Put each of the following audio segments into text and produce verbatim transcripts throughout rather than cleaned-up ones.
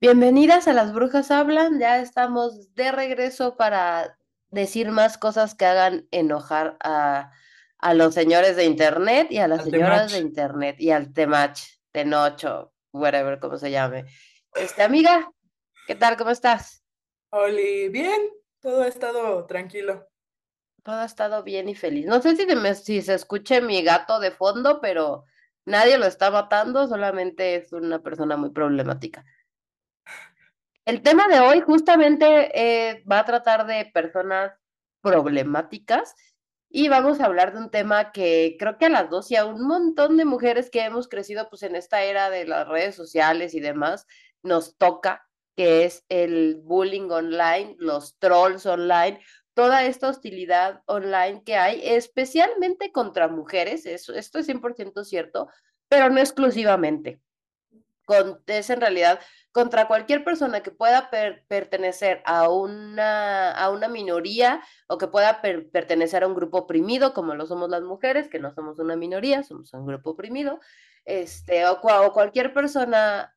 Bienvenidas a Las Brujas Hablan, ya estamos de regreso para decir más cosas que hagan enojar a, a los señores de Internet y a las Al señoras de Temach. Internet y al Temach, Tenocho, whatever, como se llame. Este, amiga, ¿qué tal? ¿Cómo estás? Oli, bien, todo ha estado tranquilo. Todo ha estado bien y feliz. No sé si se, me- si se escuche mi gato de fondo, pero nadie lo está matando, solamente es una persona muy problemática. El tema de hoy justamente eh, va a tratar de personas problemáticas y vamos a hablar de un tema que creo que a las dos y a un montón de mujeres que hemos crecido pues en esta era de las redes sociales y demás nos toca, que es el bullying online, los trolls online, toda esta hostilidad online que hay, especialmente contra mujeres, eso, esto es cien por ciento cierto, pero no exclusivamente con, es en realidad contra cualquier persona que pueda per, pertenecer a una, a una minoría o que pueda per, pertenecer a un grupo oprimido, como lo somos las mujeres, que no somos una minoría, somos un grupo oprimido, este, o, o cualquier persona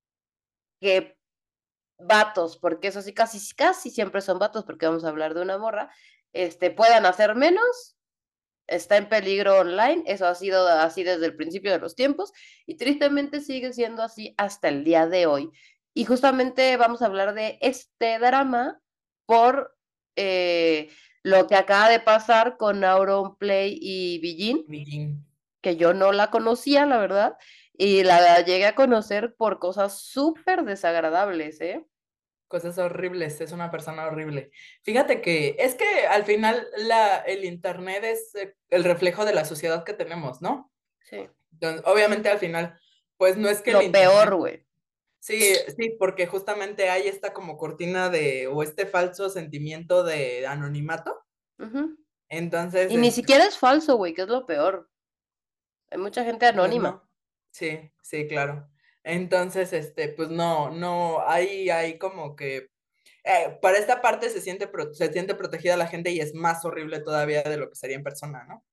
que vatos, porque eso sí, casi, casi siempre son vatos, porque vamos a hablar de una morra, este, puedan hacer menos, está en peligro online, eso ha sido así desde el principio de los tiempos y tristemente sigue siendo así hasta el día de hoy. Y justamente vamos a hablar de este drama por eh, lo que acaba de pasar con Auron Play y Bijin, Viking. que yo no la conocía, la verdad, y la llegué a conocer por cosas súper desagradables, ¿eh? Cosas horribles, es una persona horrible. Fíjate que es que al final la, el internet es eh, el reflejo de la sociedad que tenemos, ¿no? Sí. Entonces, obviamente al final, pues no es que el Lo peor, internet, güey. sí, sí, porque justamente hay esta como cortina de, o este falso sentimiento de anonimato. Ujú. Entonces, Y ni este, siquiera es falso, güey, que es lo peor. Hay mucha gente pues anónima. no, sí, sí, claro. Entonces, este, pues no, no, hay, hay como que, eh, para esta parte se siente, pro- se siente protegida la gente y es más horrible todavía de lo que sería en persona, ¿no?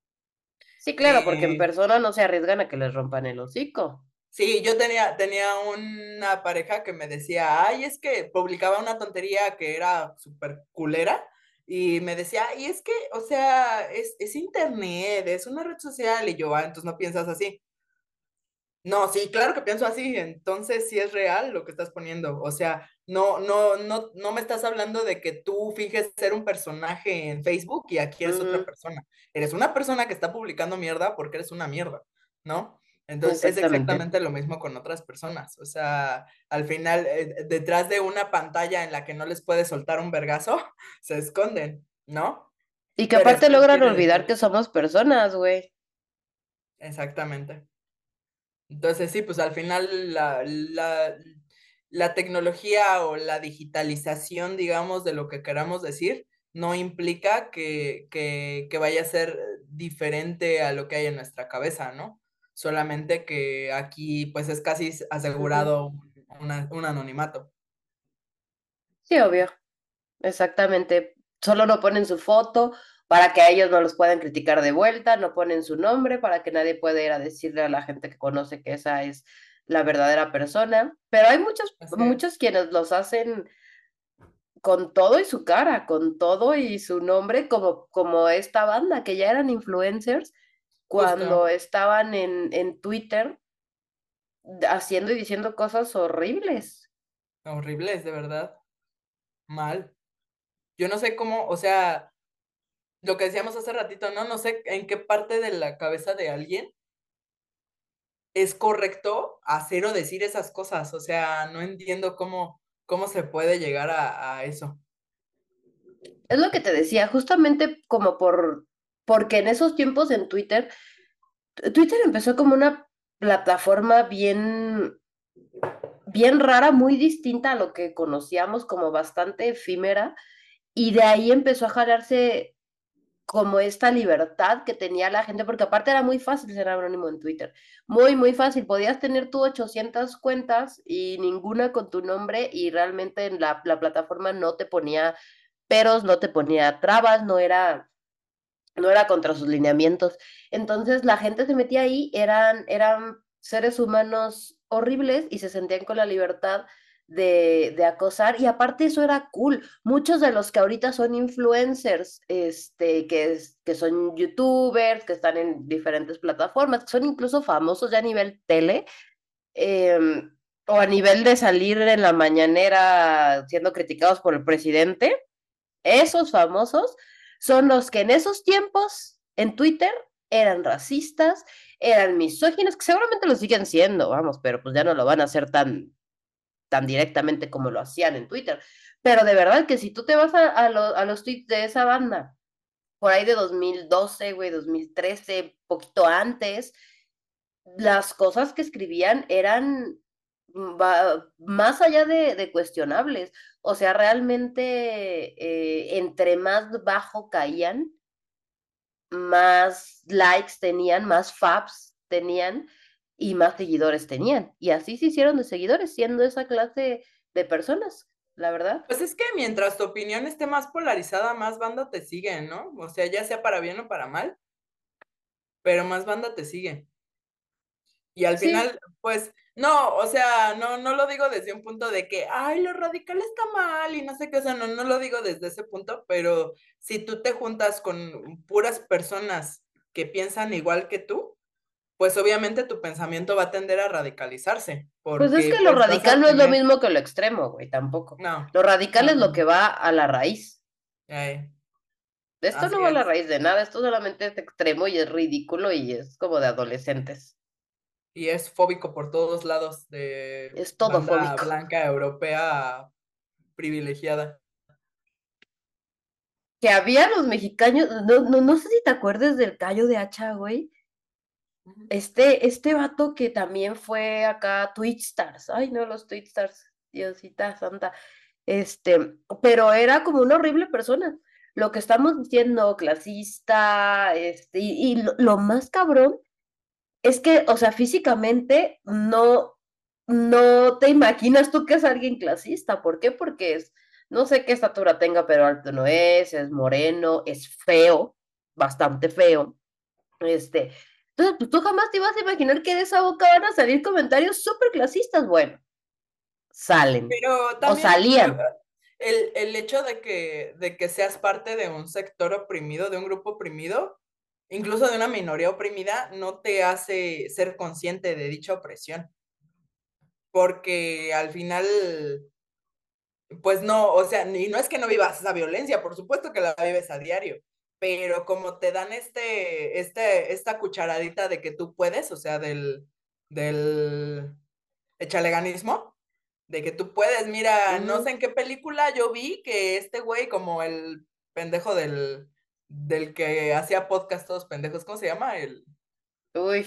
Sí, claro, porque en Eh, persona no se arriesgan a que les rompan el hocico. sí, yo tenía, tenía una pareja que me decía, ay, es que publicaba una tontería que era súper culera. Y me decía, y es que, o sea, es, es internet, es una red social. Y yo, ah, entonces no piensas así. No, sí, claro que pienso así, entonces sí es real lo que estás poniendo, o sea, no, no, no, no me estás hablando de que tú finges ser un personaje en Facebook y aquí eres otra Ujú, persona, eres una persona que está publicando mierda porque eres una mierda, ¿no? Entonces es exactamente. exactamente lo mismo con otras personas, o sea, al final, eh, detrás de una pantalla en la que no les puedes soltar un vergazo, se esconden, ¿no? Y que Pero eso aparte no logran quiere olvidar decir que somos personas, güey. exactamente. Entonces, sí, pues al final la, la, la tecnología o la digitalización, digamos, de lo que queramos decir, no implica que, que, que vaya a ser diferente a lo que hay en nuestra cabeza, ¿no? Solamente que aquí, pues es casi Ujú. asegurado un, una- un anonimato. Sí, obvio. Exactamente. Solo no ponen su foto para que a ellos no los puedan criticar de vuelta, no ponen su nombre para que nadie pueda ir a decirle a la gente que conoce que esa es la verdadera persona. Pero hay muchos, Así es. muchos quienes los hacen con todo y su cara, con todo y su nombre, como, como esta banda, que ya eran influencers cuando Justo, estaban en, en Twitter haciendo y diciendo cosas horribles. horribles, de verdad, mal. Yo no sé cómo, o sea, lo que decíamos hace ratito, ¿no? No sé en qué parte de la cabeza de alguien es correcto hacer o decir esas cosas. O sea, no entiendo cómo, cómo se puede llegar a, a eso. Es lo que te decía, justamente como por, porque en esos tiempos en Twitter, Twitter empezó como una plataforma bien, bien rara, muy distinta a lo que conocíamos, como bastante efímera, y de ahí empezó a jalarse como esta libertad que tenía la gente, porque aparte era muy fácil ser anónimo en Twitter, muy, muy fácil, podías tener tú ochocientas cuentas y ninguna con tu nombre y realmente en la, la plataforma no te ponía peros, no te ponía trabas, no era, no era contra sus lineamientos. Entonces la gente se metía ahí, eran, eran seres humanos horribles y se sentían con la libertad de, de acosar, y aparte eso era cool. Muchos de los que ahorita son influencers, este, que, es- que son youtubers, que están en diferentes plataformas, que son incluso famosos ya a nivel tele, em, o a nivel de salir en la mañanera siendo criticados por el presidente, esos famosos son los que en esos tiempos en Twitter eran racistas, eran misóginos, que seguramente lo siguen siendo, vamos, pero pues ya no lo van a hacer tan, tan directamente como lo hacían en Twitter. Pero de verdad que si tú te vas a, a, lo, a los tweets de esa banda, por ahí de dos mil doce, güey, dos mil trece, poquito antes, las cosas que escribían eran va, más allá de, de, cuestionables. O sea, realmente eh, entre más bajo caían, más likes tenían, más faps tenían y más seguidores tenían. Y así se hicieron de seguidores, siendo esa clase de personas, la verdad. Pues es que mientras tu opinión esté más polarizada, más banda te sigue, ¿no? O sea, ya sea para bien o para mal, pero más banda te sigue. Y al Sí, final, pues, no, o sea, no, no lo digo desde un punto de que, ay, lo radical está mal y no sé qué, o sea, no, no lo digo desde ese punto, pero si tú te juntas con puras personas que piensan igual que tú, pues obviamente tu pensamiento va a tender a radicalizarse, pues es porque que lo pues vas radical a no es lo tener, mismo que lo extremo, güey, tampoco. no, Lo radical no, es no, lo que no, va a la raíz. ay, Esto no así va a la es. raíz de nada, esto solamente es extremo y es ridículo y es como de adolescentes. Y es fóbico por todos lados de Es todo banda fóbico. blanca europea privilegiada. Que había los mexicanos, no, no, no sé si te acuerdas del Cayo de Hacha, güey. Ujú. Este, este vato que también fue acá Twitstars. Ay, no, los Twitstars. Diosita santa. Este, pero era como una horrible persona. Lo que estamos diciendo, clasista, este, y, y lo, lo más cabrón es que, o sea, físicamente no, no te imaginas tú que es alguien clasista. ¿Por qué? Porque es, no sé qué estatura tenga, pero alto no es, es moreno, es feo, bastante feo. Este, entonces, pues tú jamás te ibas a imaginar que de esa boca van a salir comentarios súper clasistas. Bueno, salen Pero o también eh, salían. el, el hecho de que, de que seas parte de un sector oprimido, de un grupo oprimido, incluso de una minoría oprimida, no te hace ser consciente de dicha opresión, porque al final, pues no, o sea, y no es que no vivas esa violencia, por supuesto que la vives a diario, pero como te dan este, este, esta cucharadita de que tú puedes, o sea, del, del echaleganismo, de que tú puedes, mira, no sé Ujú. en qué película yo vi que este güey, como el pendejo del, del que hacía podcast todos pendejos, ¿cómo se llama? El... Uy,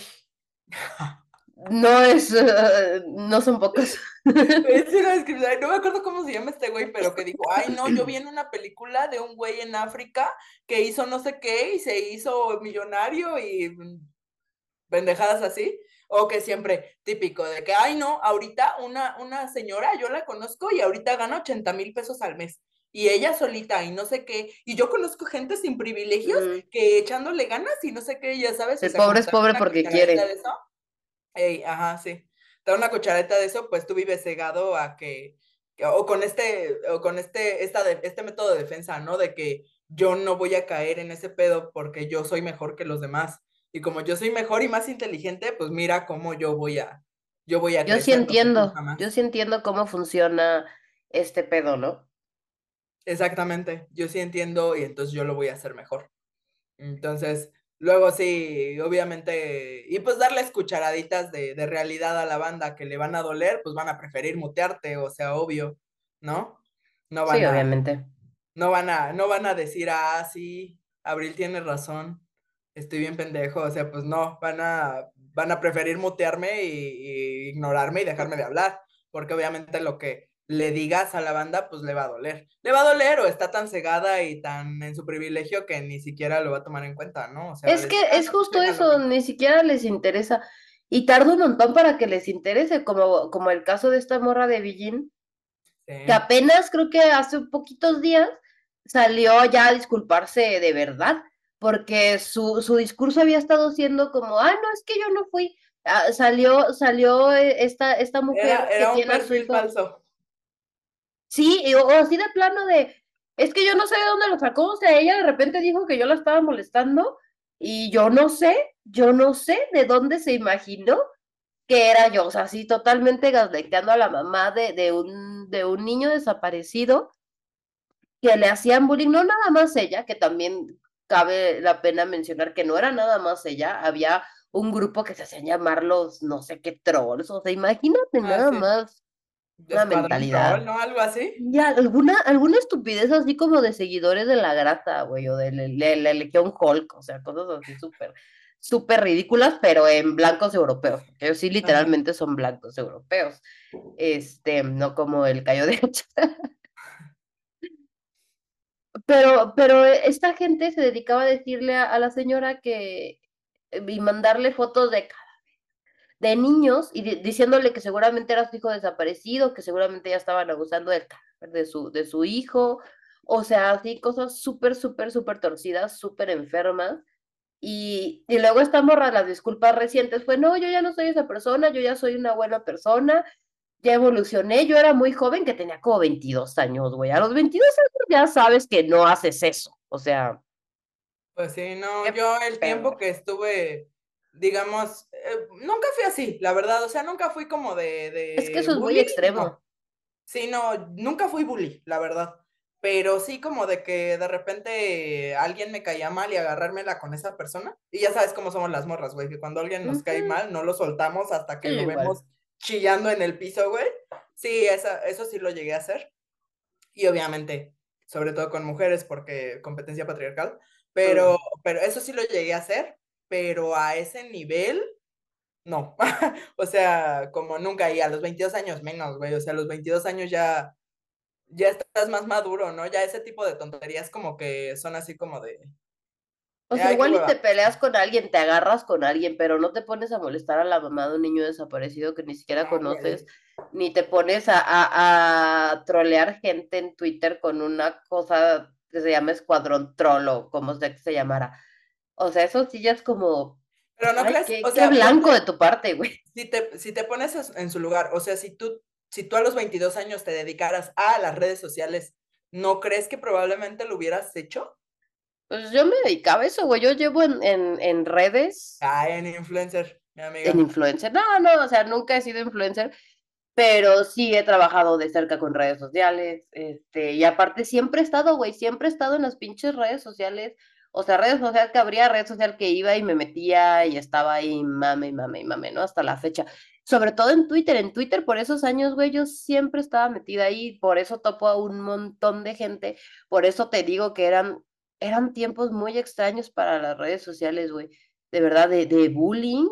no es, eh, no son pocos. Es una descripción, no me acuerdo cómo se llama este güey, pero que dijo, ay no, yo vi en una película de un güey en África que hizo no sé qué y se hizo millonario y mm, pendejadas así, o que siempre típico de que, ay no, ahorita una, una señora, yo la conozco y ahorita gana ochenta mil pesos al mes. Y ella solita y no sé qué. Y yo conozco gente sin privilegios Ujú. que echándole ganas y no sé qué, ya sabes, o El sea, pobre como es te dan pobre una porque cucharadita de quiere. eso. Ey, ajá, sí. Te dan una cucharadita de eso, pues tú vives cegado a que, que- o con este, o con este, esta de- este método de defensa, ¿no? De que yo no voy a caer en ese pedo porque yo soy mejor que los demás. Y como yo soy mejor y más inteligente, pues mira cómo yo voy a, yo voy a Yo sí crecer, lo que tú entiendo, yo jamás. sí entiendo cómo funciona este pedo, ¿no? Exactamente, yo sí entiendo y entonces yo lo voy a hacer mejor. Entonces, luego sí, obviamente, y pues darles cucharaditas de, de realidad a la banda que le van a doler, pues van a preferir mutearte, o sea, obvio, ¿no? No Sí, van a, obviamente. no van a, no van a decir, ah, sí, Abril tiene razón, estoy bien pendejo, o sea, pues no, van a, van a preferir mutearme y, y ignorarme y dejarme de hablar, porque obviamente lo que le digas a la banda, pues le va a doler. Le va a doler o está tan cegada y tan en su privilegio que ni siquiera lo va a tomar en cuenta, ¿no? O sea, va a Es que decir, ah, es no, pues justo venga lo eso, mío. ni siquiera les interesa. Y tarda un montón para que les interese, como, como el caso de esta morra de Villín, Sí. que apenas creo que hace poquitos días salió ya a disculparse de verdad, porque su, su discurso había estado siendo como, ah, no, es que yo no fui. Ah, salió, salió eh, esta, esta Era, mujer que era un tiene a su perfil hijo. falso. Sí, y- o así de plano de, es que yo no sé de dónde lo sacó, o sea, ella de repente dijo que yo la estaba molestando y yo no sé, yo no sé de dónde se imaginó que era yo, o sea, así totalmente gaslighteando a la mamá de, de un, de un niño desaparecido que le hacían bullying, no nada más ella, que también cabe la pena mencionar que no era nada más ella, había un grupo que se hacían llamar los no sé qué trolls, o sea, imagínate Ah, nada sí. más De una Escuadrón Troll, mentalidad. ¿no? Algo así. Ya, alguna, alguna estupidez así como de seguidores de la grata, güey, o de la, la- la Legión Hulk, o sea, cosas así súper, súper ridículas, pero en blancos europeos, porque ellos sí Ajá. literalmente son blancos europeos, este, no como el Cayo de Hacha. Pero, pero esta gente se dedicaba a decirle a, a la señora que, y mandarle fotos de, de niños y di- diciéndole que seguramente era su hijo desaparecido, que seguramente ya estaban abusando del cadáver de su, de su hijo, o sea, así cosas súper, súper, súper torcidas, súper enfermas. Y, y luego esta morra, las disculpas recientes fue, no, yo ya no soy esa persona, yo ya soy una buena persona, ya evolucioné, yo era muy joven, que tenía como veintidós años, güey, a los veintidós años ya sabes que no haces eso, o sea, Pues sí, no, qué yo el pedo. tiempo que estuve, digamos, eh, nunca fui así, la verdad, o sea, nunca fui como de, Es que de eso es muy bully, extremo. no. Sí, no, nunca fui bully, la verdad. Pero sí como de que de repente alguien me caía mal y agarrármela con esa persona. Y ya sabes cómo somos las morras, güey, que cuando alguien nos cae Ujú. mal no lo soltamos hasta Sí, que lo igual. vemos chillando en el piso, güey. Sí, esa, eso sí lo llegué a hacer. Y obviamente, sobre todo con mujeres, porque competencia patriarcal. Pero, Mm. pero eso sí lo llegué a hacer, pero a ese nivel, no. O sea, como nunca, y a los veintidós años menos, güey. O sea, a los veintidós años ya ya estás más maduro, ¿no? Ya ese tipo de tonterías como que son así como de, O sea, ay, qué igual y te hueva. peleas con alguien, te agarras con alguien, pero no te pones a molestar a la mamá de un niño desaparecido que ni siquiera No, conoces, güey. ni te pones a, a, a trolear gente en Twitter con una cosa que se llama Escuadrón Troll o como sea que se llamara. O sea, eso sí ya es como, Pero no ay, crees, o qué, qué sea, ponte, blanco de tu parte, güey. si te, si te pones en su lugar, o sea, si tú, si tú a los veintidós años te dedicaras a las redes sociales, ¿no crees que probablemente lo hubieras hecho? Pues yo me dedicaba a eso, güey. Yo llevo en, en, en redes, Ah, en influencer, mi en amiga. influencer. No, no, o sea, nunca he sido influencer, pero sí he trabajado de cerca con redes sociales, este, y aparte siempre he estado, güey, siempre he estado en las pinches redes sociales, o sea, redes sociales que abría, red social que iba y me metía y estaba ahí, mame, y mame, y mame, ¿no? Hasta la fecha. Sobre todo en Twitter, en Twitter por esos años, güey, yo siempre estaba metida ahí, por eso topo a un montón de gente, por eso te digo que eran, eran tiempos muy extraños para las redes sociales, güey, de verdad, de, de bullying,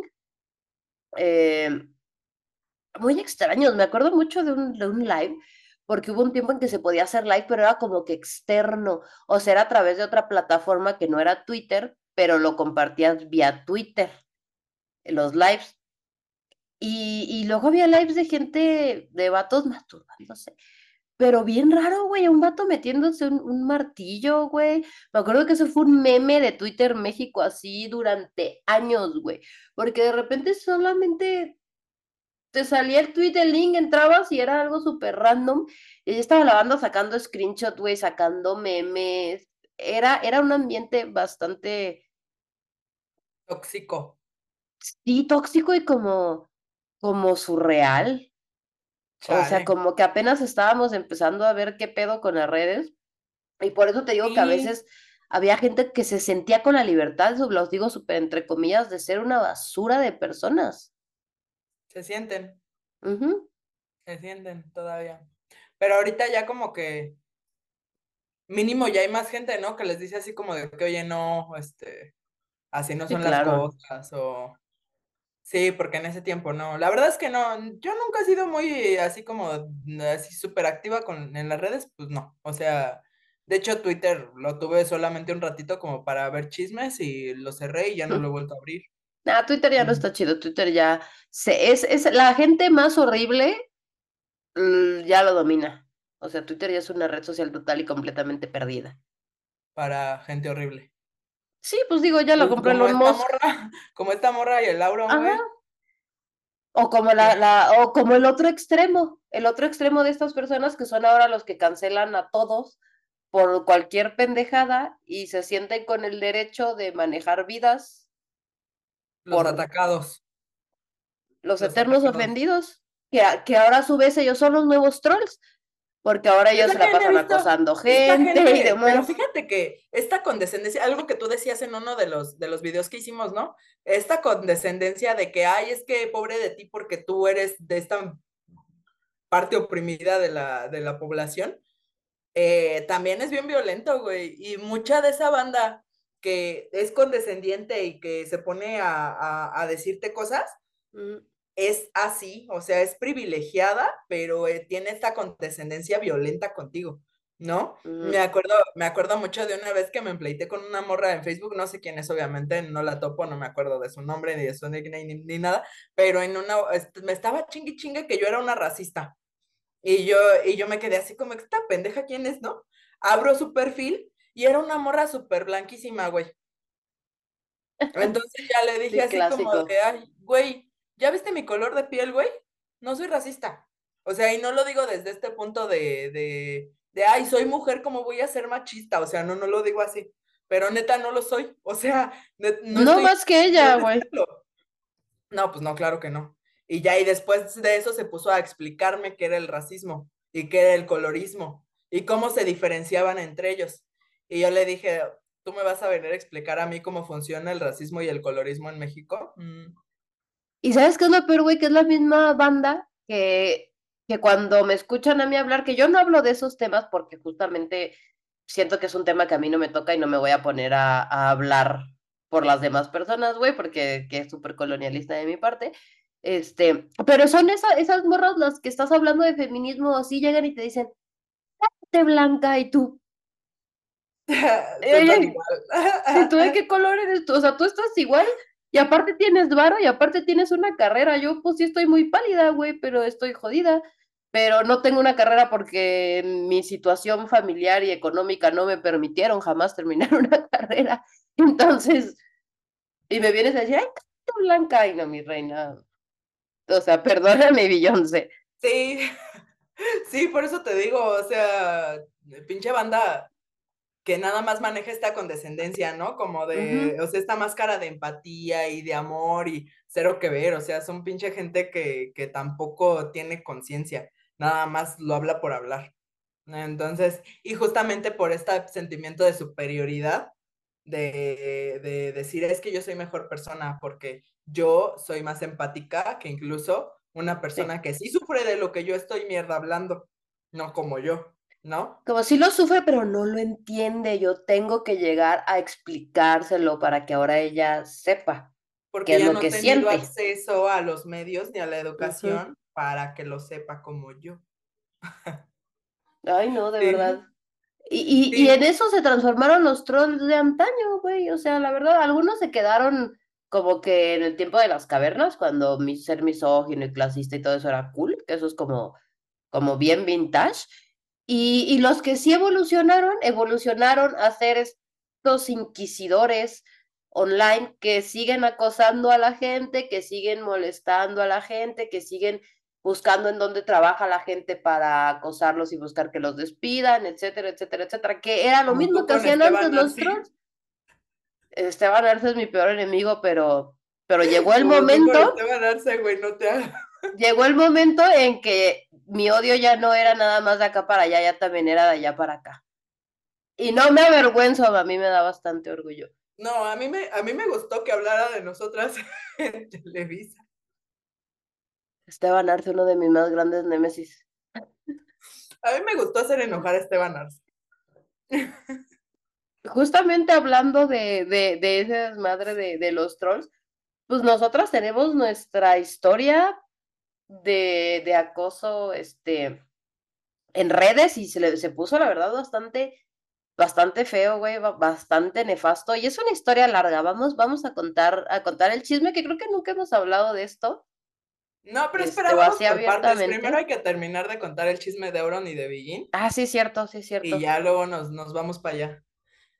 eh, muy extraños. Me acuerdo mucho de un, de un live, porque hubo un tiempo en que se podía hacer live, pero era como que externo, o sea, era a través de otra plataforma que no era Twitter, pero lo compartías vía Twitter, los lives. Y, y luego había lives de gente, de vatos masturbándose. Pero bien raro, güey, un vato metiéndose un, un martillo, güey. Me acuerdo que eso fue un meme de Twitter México así durante años, güey. Porque de repente solamente te salía el tweet, el link, entrabas y era algo súper random. Y ya estaba la banda sacando screenshot, güey, sacando memes. Era, era un ambiente bastante, Tóxico. sí, tóxico y como, como surreal. O sea, Chale. como que apenas estábamos empezando a ver qué pedo con las redes. Y por eso te digo que a Sí, veces había gente que se sentía con la libertad, eso los digo súper entre comillas, de ser una basura de personas. se sienten, Ujú. se sienten todavía. Pero ahorita ya como que mínimo ya hay más gente, ¿no? Que les dice así como de que, oye, no, este, así no Sí, son las claro. cosas, o sí, porque en ese tiempo no. La verdad es que no, yo nunca he sido muy así como así súper activa con, en las redes, pues no. O sea, de hecho Twitter lo tuve solamente un ratito como para ver chismes y lo cerré y ya no lo he vuelto a abrir. Nah, Twitter ya no Mm. está chido. Twitter ya se, es, es la gente más horrible, mm, ya lo domina. O sea, Twitter ya es una red social total y completamente perdida. Para gente horrible. Sí, pues digo, ya lo Pues compró como Elon esta Musk. morra, como esta morra y el Auron, Ajá. güey. O como la, la, o como el otro extremo, el otro extremo de estas personas que son ahora los que cancelan a todos por cualquier pendejada y se sienten con el derecho de manejar vidas Los por atacados, los los eternos atacados. ofendidos, que, a- que ahora a su vez ellos son los nuevos trolls, porque ahora Yo ellos se la también he pasan visto acosando esta gente y gente, pero demás. fíjate que esta condescendencia, algo que tú decías en uno de los, de los videos que hicimos, ¿no? Esta condescendencia de que, ay, es que pobre de ti porque tú eres de esta parte oprimida de la, de la población, eh, también es bien violento, güey. Y mucha de esa banda que es condescendiente y que se pone a, a, a decirte cosas, Mm, es así, o sea, es privilegiada, pero eh, tiene esta condescendencia violenta contigo, ¿no? Me mm. acuerdo, me acuerdo mucho de una vez que me empleité con una morra en Facebook, no sé quién es, obviamente, no la topo, no me acuerdo de su nombre, ni de su nickname, ni, ni nada, pero en una, este, me estaba chingue chingue que yo era una racista. Y yo, y yo me quedé así como, esta pendeja, ¿quién es, no? Abro su perfil y era una morra súper blanquísima, güey. Entonces ya le dije Sí, así como de, clásico. ay, güey, ¿ya viste mi color de piel, güey? No soy racista. O sea, y no lo digo desde este punto de, de, de, ay, soy mujer, ¿cómo voy a ser machista? O sea, no, no lo digo así. Pero neta, no lo soy. O sea, ne- no No estoy más que ella, de güey. serlo. No, pues no, claro que no. Y ya, y después de eso se puso a explicarme qué era el racismo y qué era el colorismo y cómo se diferenciaban entre ellos. Y yo le dije, ¿tú me vas a venir a explicar a mí cómo funciona el racismo y el colorismo en México? Mm. ¿Y sabes qué es lo peor, güey? Que es la misma banda que, que cuando me escuchan a mí hablar, que yo no hablo de esos temas porque justamente siento que es un tema que a mí no me toca y no me voy a poner a, a hablar por las demás personas, güey, porque que es súper colonialista de mi parte. Este, pero son esa, esas morras las que estás hablando de feminismo, así llegan y te dicen, te blanca y tú. Estoy tan Eh, igual. ¿Y tú de qué color eres tú? O sea, tú estás igual y aparte tienes varo y aparte tienes una carrera. Yo pues sí estoy muy pálida, güey, pero estoy jodida. Pero no tengo una carrera porque mi situación familiar y económica no me permitieron jamás terminar una carrera. Entonces, y me vienes a decir, ay, qué blanca. Ay, no, mi reina. O sea, perdóname, Beyoncé. Sí, sí, por eso te digo, o sea, pinche banda que nada más maneja esta condescendencia, ¿no? Como de, Ujú. o sea, esta máscara de empatía y de amor y cero que ver, o sea, son pinche gente que, que tampoco tiene conciencia, nada más lo habla por hablar. Entonces, y justamente por este sentimiento de superioridad, de, de decir, es que yo soy mejor persona porque yo soy más empática que incluso una Sí. persona que sí sufre de lo que yo estoy mierda hablando, no como yo, ¿no? Como si lo sufre, pero no lo entiende. Yo tengo que llegar a explicárselo para que ahora ella sepa qué Porque es ya lo no he que tenido siente. acceso a los medios ni a la Ujú. educación para que lo sepa como yo. Ay, no, de verdad. Sí, Y, y, y en sí, eso se transformaron los trolls de antaño, güey. O sea, la verdad, algunos se quedaron como que en el tiempo de las cavernas, cuando mi, ser misógino y clasista y todo eso era cool, que eso es como, como bien vintage. Y, y los que sí evolucionaron, evolucionaron a ser estos inquisidores online que siguen acosando a la gente, que siguen molestando a la gente, que siguen buscando en dónde trabaja la gente para acosarlos y buscar que los despidan, etcétera, etcétera, etcétera, que era lo como mismo tú que con hacían antes Esteban los Arce, trolls. Esteban Arce es mi peor enemigo, pero, pero llegó el como tú con momento, Esteban Arce, güey, no te hagas. llegó el momento en que mi odio ya no era nada más de acá para allá, ya también era de allá para acá. Y no me avergüenzo, a mí me da bastante orgullo. No, a mí me, a mí me gustó que hablara de nosotras en Televisa. Esteban Arce, uno de mis más grandes némesis. A mí me gustó hacer enojar a Esteban Arce. Justamente hablando de, de, de ese desmadre de, de los trolls, pues nosotras tenemos nuestra historia de, de acoso este, en redes y se, le, se puso, la verdad, bastante, bastante feo, güey, ba- bastante nefasto. Y es una historia larga. Vamos, vamos a contar, a contar el chisme, que creo que nunca hemos hablado de esto, No, pero espera, este, o vamos así por partes. Primero abiertamente. hay que terminar de contar el chisme de Euron y de Billín Ah, sí, es cierto, sí, es y cierto. ya luego nos, nos vamos para allá.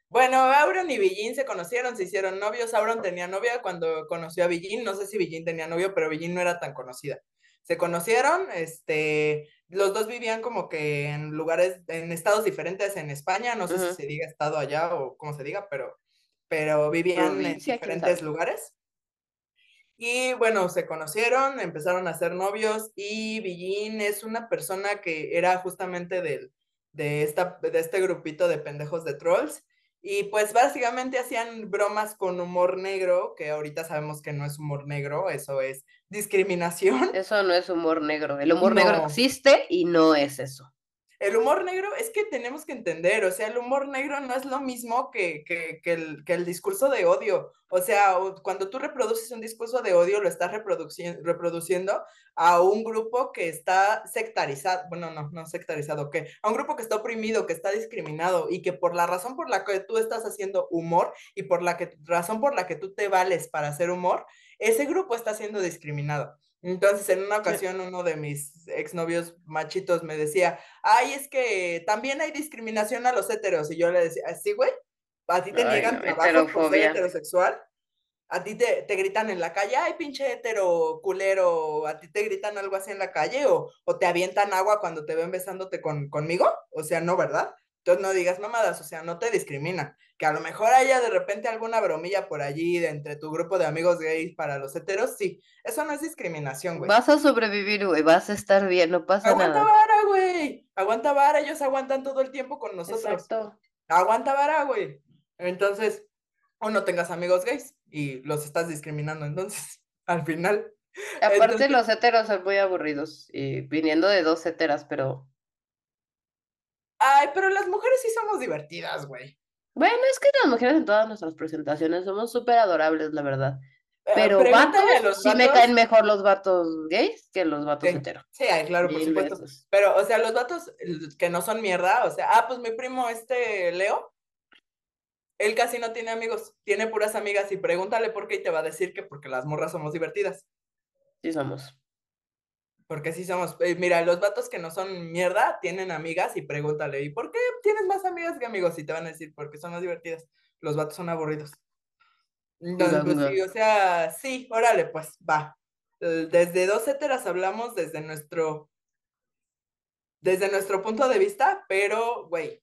Bueno, Auron y Billin se conocieron, se hicieron novios. Auron tenía novia cuando conoció a Billin. No sé si Billin tenía novio, pero Billin no era tan conocida. Se conocieron, este, los dos vivían como que en lugares, en estados diferentes en España. No sé si Ujú. se diga estado allá o cómo se diga, pero, pero vivían en Provincia, quién diferentes sabe. lugares. Y bueno, se conocieron, empezaron a ser novios y Billin es una persona que era justamente del, de, esta, de este grupito de pendejos de trolls. Y pues básicamente hacían bromas con humor negro, que ahorita sabemos que no es humor negro, eso es discriminación. Eso no es humor negro. El humor negro No, existe y no es eso. el humor negro es que tenemos que entender, o sea, el humor negro no es lo mismo que, que, que, el, que el discurso de odio. O sea, cuando tú reproduces un discurso de odio, lo estás reproduci reproduciendo a un grupo que está sectarizado, bueno, no, no sectarizado, ¿qué? A un grupo que está oprimido, que está discriminado y que por la razón por la que tú estás haciendo humor y por la que, razón por la que tú te vales para hacer humor, ese grupo está siendo discriminado. Entonces, en una Sí. ocasión, uno de mis exnovios machitos me decía, ay, es que también hay discriminación a los heteros. Y yo le decía, sí, güey, a ti te Ay, no, niegan trabajos por ser heterofobia. heterosexual, a ti te, te gritan en la calle, ay, pinche hetero, culero, a ti te gritan algo así en la calle o, o te avientan agua cuando te ven besándote con, conmigo. O sea, no, ¿verdad? Entonces no digas mamadas, o sea, no te discriminan. Que a lo mejor haya de repente alguna bromilla por allí de entre tu grupo de amigos gays para los heteros, sí, eso no es discriminación, güey. Vas a sobrevivir, güey. Vas a estar bien, no pasa Aguanta nada. vara, güey. Aguanta vara, ellos aguantan todo el tiempo con nosotros. Exacto. Aguanta vara, güey. Entonces, o no tengas amigos gays y los estás discriminando, entonces, al final. Aparte, Entonces, los heteros son muy aburridos. Y viniendo de dos heteras, pero. ay, pero las mujeres sí somos divertidas, güey. Bueno, es que las mujeres en todas nuestras presentaciones somos súper adorables, la verdad. Eh, Pero vatos, pregúntale a los sí me caen vatos. mejor los vatos gays que los vatos Sí, heteros. sí, ay, claro, por Mil supuesto. veces. Pero, o sea, los vatos el- que no son mierda, o sea, ah, pues mi primo este Leo, él casi no tiene amigos, tiene puras amigas y pregúntale por qué y te va a decir que porque las morras somos divertidas. Sí somos. Porque sí somos, eh, mira, los vatos que no son mierda tienen amigas y pregúntale, ¿y por qué tienes más amigas que amigos? Y te van a decir, porque son más divertidas. Los vatos son aburridos. Entonces, pues Ganga. sí, o sea, sí, órale, pues va. Eh, Desde dos heteras hablamos desde nuestro, desde nuestro punto de vista, pero, güey,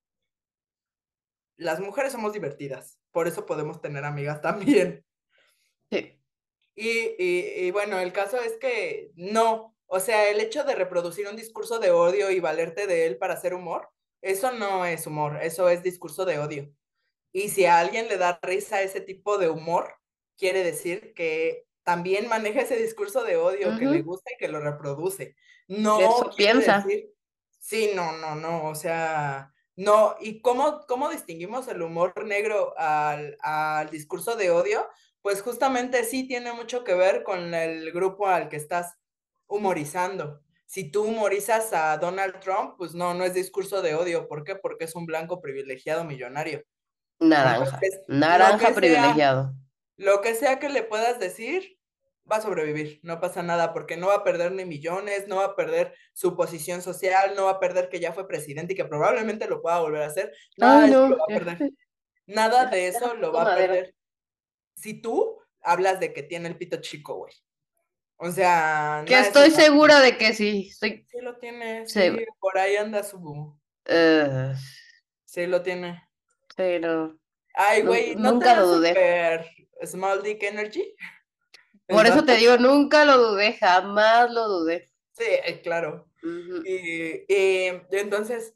las mujeres somos divertidas. Por eso podemos tener amigas también. Sí. Y, y, y bueno, el caso es que no, o sea, el hecho de reproducir un discurso de odio y valerte de él para hacer humor, eso no es humor, eso es discurso de odio. Y si a alguien le da risa ese tipo de humor, quiere decir que también maneja ese discurso de odio, que le Ujú. gusta y que lo reproduce. Que No eso quiere piensa. decir, sí, no, no, no, o sea, no. ¿Y cómo, cómo distinguimos el humor negro al, al discurso de odio? Pues justamente sí tiene mucho que ver con el grupo al que estás humorizando. Si tú humorizas a Donald Trump, pues no, no es discurso de odio. ¿Por qué? Porque es un blanco privilegiado millonario. Naranja. Entonces, lo Naranja que sea, privilegiado. lo que sea que le puedas decir, va a sobrevivir, no pasa nada, porque no va a perder ni millones, no va a perder su posición social, no va a perder que ya fue presidente y que probablemente lo pueda volver a hacer. Nada Ay, de eso no. lo va a Ya, perder. Nada deja, de deja eso lo tu va a madera. perder. Si tú hablas de que tiene el pito chico, güey. O sea, Que nada de eso estoy lo va a perder. segura de que sí. Estoy Sí lo tiene, sí, segura. por ahí anda su... Eh, Sí lo tiene. sí, no. Ay, Nun- güey, ¿no te nunca da lo dudé. super small dick energy el Por eso te vato? digo, nunca lo dudé, jamás lo dudé. Sí, eh, claro. Ujú. Y, y entonces,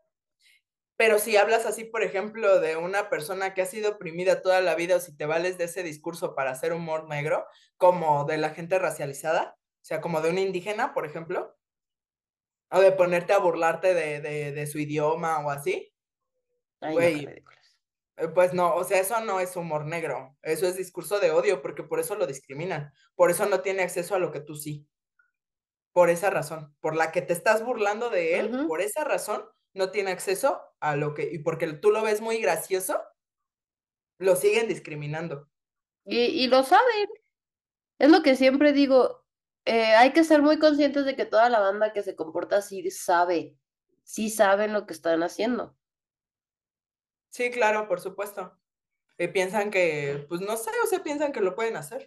pero si hablas así, por ejemplo, de una persona que ha sido oprimida toda la vida, o si te vales de ese discurso para hacer humor negro, como de la gente racializada, o sea, como de un indígena, por ejemplo, o de ponerte a burlarte de, de, de su idioma o así, Ay, no, qué güey, ridículos. eh, pues no, o sea, eso no es humor negro, eso es discurso de odio, porque por eso lo discriminan, por eso no tiene acceso a lo que tú sí. Por esa razón, por la que te estás burlando de él, Ujú. por esa razón no tiene acceso a lo que, y porque tú lo ves muy gracioso, lo siguen discriminando. Y, y lo saben. Es lo que siempre digo. Eh, hay que ser muy conscientes de que toda la banda que se comporta así sabe. Sí saben lo que están haciendo. Sí, claro, por supuesto. Y piensan que, pues no sé, o sea, piensan que lo pueden hacer.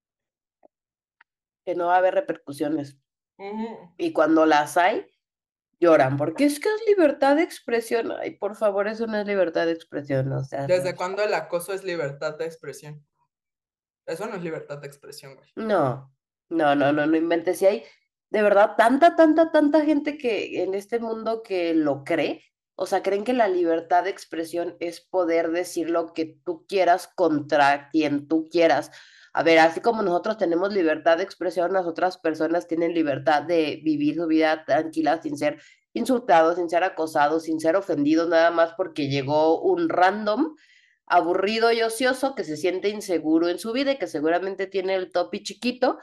que no va a haber repercusiones. Ujú. Y cuando las hay, lloran, porque es que es libertad de expresión. Ay, por favor, eso no es libertad de expresión, o sea, ¿Desde cuándo el acoso es libertad de expresión? Eso no es libertad de expresión, güey. no, no, no, no, no inventes. Si hay de verdad tanta, tanta, tanta gente que en este mundo que lo cree, o sea, creen que la libertad de expresión es poder decir lo que tú quieras contra quien tú quieras. A ver, así como nosotros tenemos libertad de expresión, las otras personas tienen libertad de vivir su vida tranquila sin ser insultados, sin ser acosados, sin ser ofendidos, nada más porque llegó un random aburrido y ocioso que se siente inseguro en su vida y que seguramente tiene el topi chiquito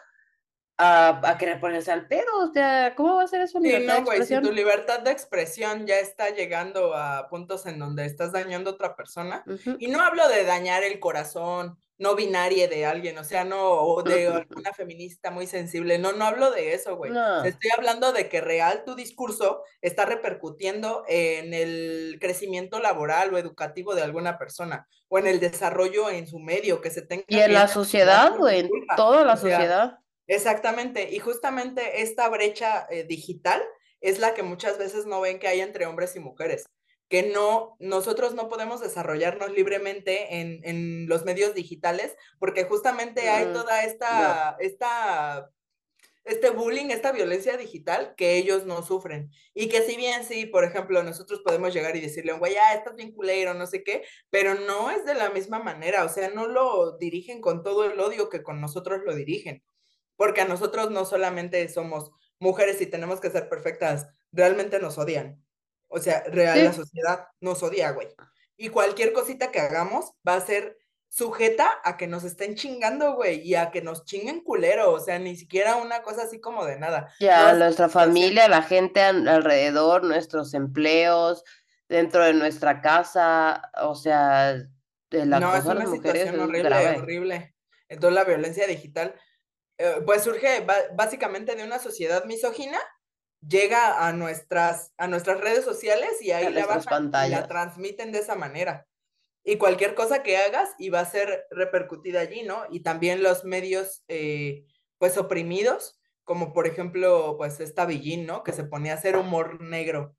a, a querer ponerse al pedo. O sea, ¿cómo va a ser eso Sí, libertad de no, güey, si tu expresión? libertad de expresión ya está llegando a puntos en donde estás dañando a otra persona, Ujú, y no hablo de dañar el corazón no binario de alguien, o sea, no, o de ujú. alguna feminista muy sensible, no, no hablo de eso, güey. O sea, No, estoy hablando de que real tu discurso está repercutiendo en el crecimiento laboral o educativo de alguna persona, o en el desarrollo en su medio, que se y tengan en que la ir de la ciudad sociedad, por o tu en culpa. toda la O sea, sociedad. exactamente, y justamente esta brecha eh, digital es la que muchas veces no ven que hay entre hombres y mujeres, que no, nosotros no podemos desarrollarnos libremente en, en los medios digitales porque justamente hay Mm, toda no, esta, esta, este bullying, esta violencia digital que ellos no sufren. Y que si bien sí, por ejemplo, nosotros podemos llegar y decirle a un güey, ah, estás bien culero, no sé qué, pero no es de la misma manera, o sea, no lo dirigen con todo el odio que con nosotros lo dirigen, porque a nosotros no solamente somos mujeres y tenemos que ser perfectas, realmente nos odian. O sea, real la sí, sociedad nos odia, güey. Y cualquier cosita que hagamos va a ser sujeta a que nos estén chingando, güey, y a que nos chinguen culero, o sea, ni siquiera una cosa así como de nada. ya Todas nuestra estas situaciones. familia, la gente an- alrededor, nuestros empleos, dentro de nuestra casa, o sea, el No, es acoso a las una mujeres situación es horrible, grave. horrible. Entonces la violencia digital, eh, pues surge básicamente de una sociedad misógina, llega a nuestras, a nuestras redes sociales y A ahí la nuestras bajan y la pantallas. transmiten de esa manera. Y cualquier cosa que hagas y va a ser repercutida allí, ¿no? Y también los medios, eh, pues, oprimidos, como por ejemplo, pues, esta Billín, ¿no? Que se ponía a hacer humor negro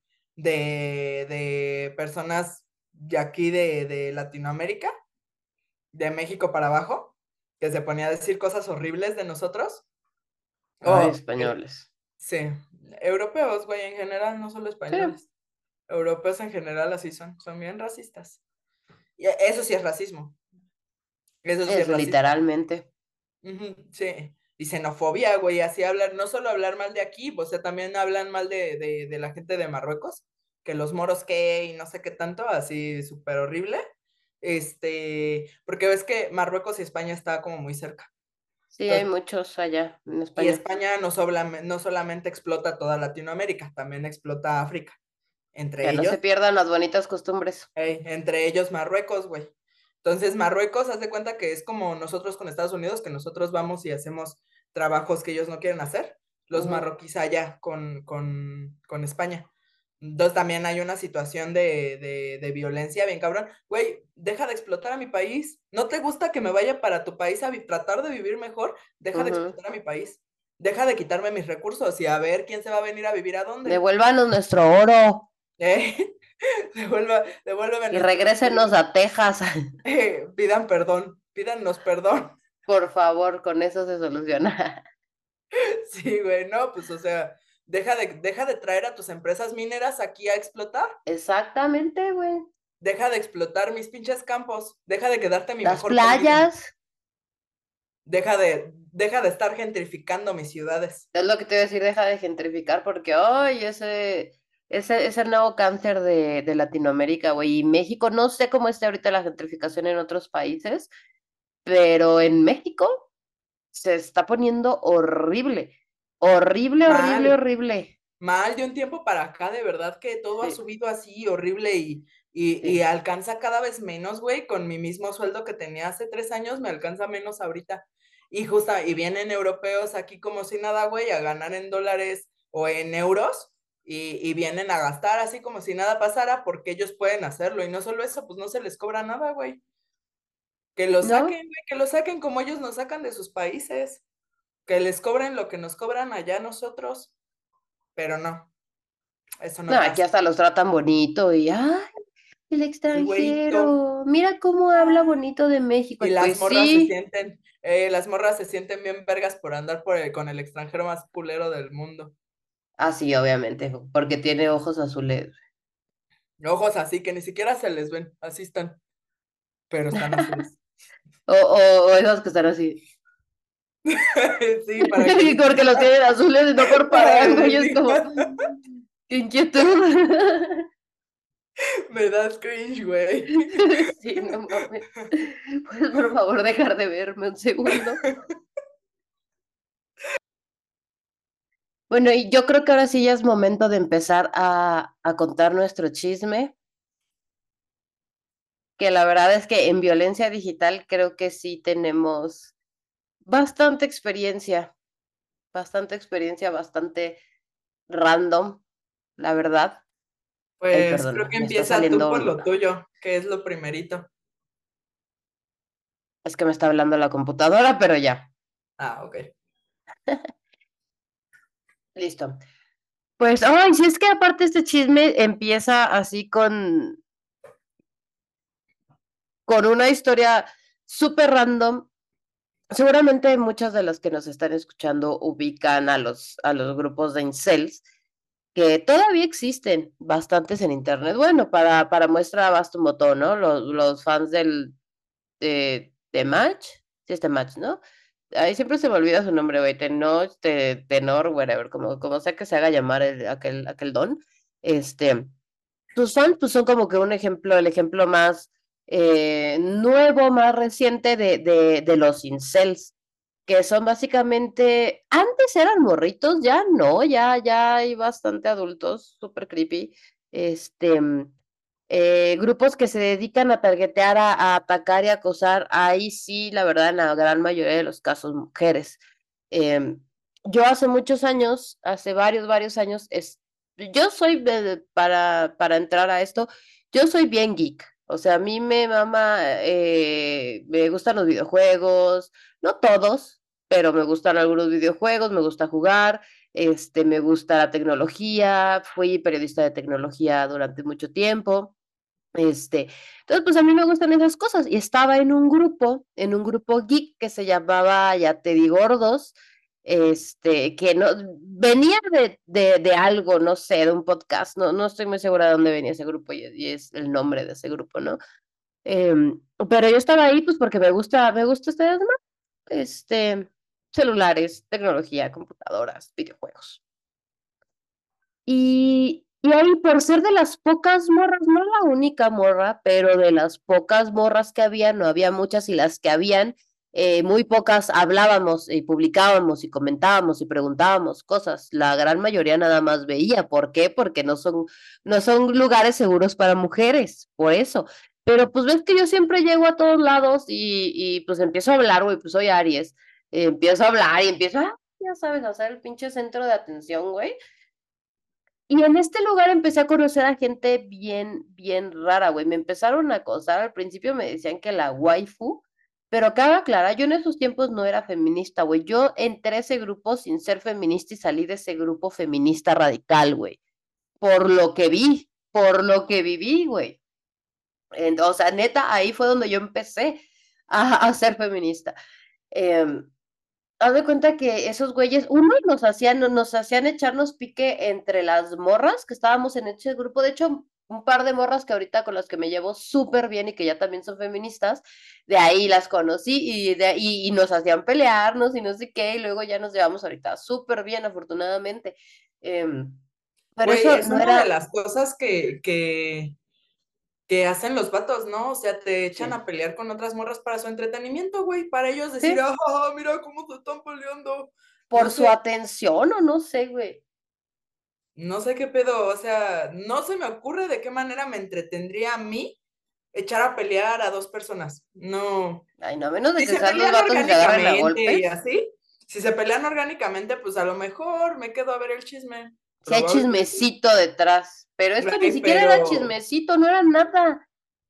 de, de personas de aquí de, de Latinoamérica, de México para abajo, que se ponía a decir cosas horribles de nosotros. Ay, Oh, el- españoles. sí, europeos, güey, en general, no solo Sí, españoles. Europeos en general así son, son bien racistas. Y eso sí es racismo, eso sí es es racismo. literalmente. Ujú, sí. Y xenofobia, güey, así hablan, no solo hablar mal de aquí, o sea, también hablan mal de, de, de la gente de Marruecos, que los moros qué y no sé qué tanto, así súper horrible. Este, porque ves que Marruecos y España está como muy cerca. Sí, hay Entonces, muchos allá en y España. España no, sobla- no solamente explota toda Latinoamérica, también explota África. Entre Que no se ellos, pierdan las bonitas costumbres. ey, entre ellos Marruecos, güey. Entonces, Marruecos, haz de cuenta que es como nosotros con Estados Unidos, que nosotros vamos y hacemos trabajos que ellos no quieren hacer, los Ujú, marroquíes allá con, con, con España. Entonces también hay una situación de, de, de violencia bien cabrón. Güey, deja de explotar a mi país. ¿No te gusta que me vaya para tu país a vi- tratar de vivir mejor? Deja de ujú. explotar a mi país. Deja de quitarme mis recursos y a ver quién se va a venir a vivir a dónde. Devuélvanos nuestro oro ¿Eh? Devuelva, devuélveme y nuestro regrésenos dinero. a Texas. Eh, pidan perdón, pídanos perdón. Por favor, con eso se soluciona. Sí, güey, no, pues o sea, deja de, deja de traer a tus empresas mineras aquí a explotar. Exactamente, güey. Deja de explotar mis pinches campos. Deja de quedarte mi Las mejor comida. playas, Deja de, deja de estar gentrificando mis ciudades. es lo que te iba a decir, deja de gentrificar porque, ay, ese, ese es el nuevo cáncer de, de Latinoamérica, güey. Y México, no sé cómo esté ahorita la gentrificación en otros países, pero en México se está poniendo horrible. Horrible, horrible, Mal, horrible. mal de un tiempo para acá, de verdad que todo ha Sí, subido así horrible y, y, y sí. alcanza cada vez menos, güey. Con mi mismo sueldo que tenía hace tres años, me alcanza menos ahorita. Y justa, y vienen europeos aquí como si nada, güey, a ganar en dólares o en euros y, y vienen a gastar así como si nada pasara porque ellos pueden hacerlo. Y no solo eso, pues no se les cobra nada, güey. Que lo ¿no? saquen, güey, que lo saquen como ellos nos sacan de sus países. Que les cobren lo que nos cobran allá nosotros. Pero no, eso No, no aquí pasa. hasta los tratan bonito y, ¡ay, el El güerito. extranjero! Mira cómo habla bonito de México. Y Y las pues morras se sí, sienten, eh, las morras se sienten bien vergas por andar por el- con el extranjero más culero del mundo. así obviamente, porque tiene ojos azules. Ojos así que ni siquiera se les ven, así están, pero están azules. O, o, o esos que están así. Sí, para que les Porque los digan, tienen azules y no para que parpadean, güey. les Es como, digan, qué inquietud. me das cringe, güey. Sí, no mames. ¿Puedes por favor dejar de verme un segundo? Bueno, y yo creo que ahora sí ya es momento de empezar a, a contar nuestro chisme, que la verdad es que en violencia digital creo que sí tenemos bastante experiencia, bastante experiencia, bastante random, la verdad. Ay, Pues creo perdona, que me está empieza tú por saliendo, lo tuyo, que es lo primerito. es que me está hablando la computadora, pero ya, Ah, ok. listo. Pues, ay, si es que aparte este chisme empieza así con, con una historia súper random. Seguramente muchas de las que nos están escuchando ubican a los, a los grupos de incels, que todavía existen bastantes en internet. Bueno, para, para muestra basto un botón, ¿no? Los, los fans del de, de Match, sí es de Match, ¿no? Ahí siempre se me olvida su nombre, güey, Tenoch, te, Tenor, whatever, como, como sea que se haga llamar el, aquel, aquel don. Este, tus fans pues son como que un ejemplo, el ejemplo más eh, nuevo, más reciente de, de, de los incels, que son básicamente, antes eran morritos, ya no, ya, ya hay bastante adultos, súper creepy, este, eh, grupos que se dedican a targetear, a, a atacar y acosar, ahí sí, la verdad, en la gran mayoría de los casos, mujeres. Em, yo hace muchos años, hace varios, varios años, es, yo soy, de- para, para entrar a esto, yo soy bien geek. O sea, a mí me mama, eh, me gustan los videojuegos, no todos, pero me gustan algunos videojuegos, me gusta jugar, este, me gusta la tecnología, fui periodista de tecnología durante mucho tiempo. Este, entonces, pues a mí me gustan esas cosas. Y estaba en un grupo, en un grupo geek que se llamaba Ya te di gordos, este, que no, venía de, de, de algo, no sé, de un podcast, no, no estoy muy segura de dónde venía ese grupo y, y es el nombre de ese grupo, ¿no? Em, pero yo estaba ahí, pues porque me gusta, me gusta este desmadre, este, celulares, tecnología, computadoras, videojuegos. Y, y ahí, por ser de las pocas morras, no la única morra, pero de las pocas morras que había, no había muchas, y las que habían, eh, muy pocas hablábamos y publicábamos y comentábamos y preguntábamos cosas. La gran mayoría nada más veía. ¿Por qué? Porque no son, no son lugares seguros para mujeres, por eso. Pero pues ves que yo siempre llego a todos lados y, y pues empiezo a hablar, güey, pues soy Aries. Eh, empiezo a hablar y empiezo, ah, ya sabes, a ser el pinche centro de atención, güey. Y en este lugar empecé a conocer a gente bien, bien rara, güey. Me empezaron a acosar. Al principio me decían que la waifu, pero cabe aclarar, yo en esos tiempos no era feminista, güey. Yo entré a ese grupo sin ser feminista y salí de ese grupo feminista radical, güey. Por lo que vi, por lo que viví, güey. En- O sea, neta, ahí fue donde yo empecé a, a ser feminista. Em, Haz de cuenta que esos güeyes, uno nos hacían, nos hacían echarnos pique entre las morras que estábamos en ese grupo. De hecho, un par de morras que ahorita con las que me llevo súper bien y que ya también son feministas, de ahí las conocí y, de, y, y nos hacían pelearnos y no sé qué, y luego ya nos llevamos ahorita súper bien, afortunadamente. Em, pero Güey, eso es no una de era, las cosas que, que, que hacen los vatos, ¿no? O sea, te echan sí, a pelear con otras morras para su entretenimiento, güey, para ellos decir, sí, ah, mira cómo se están peleando. No por su sé, atención o no sé, güey. no sé qué pedo, o sea, no se me ocurre de qué manera me entretendría a mí echar a pelear a dos personas. No. Ay, no, a menos de Si que se sean dos pelean vatos y se agarren a orgánicamente y golpes. así, si se pelean orgánicamente, pues a lo mejor me quedo a ver el chisme. Si hay Probablemente. chismecito detrás, pero esto ni Güey, siquiera era pero chismecito, no era nada.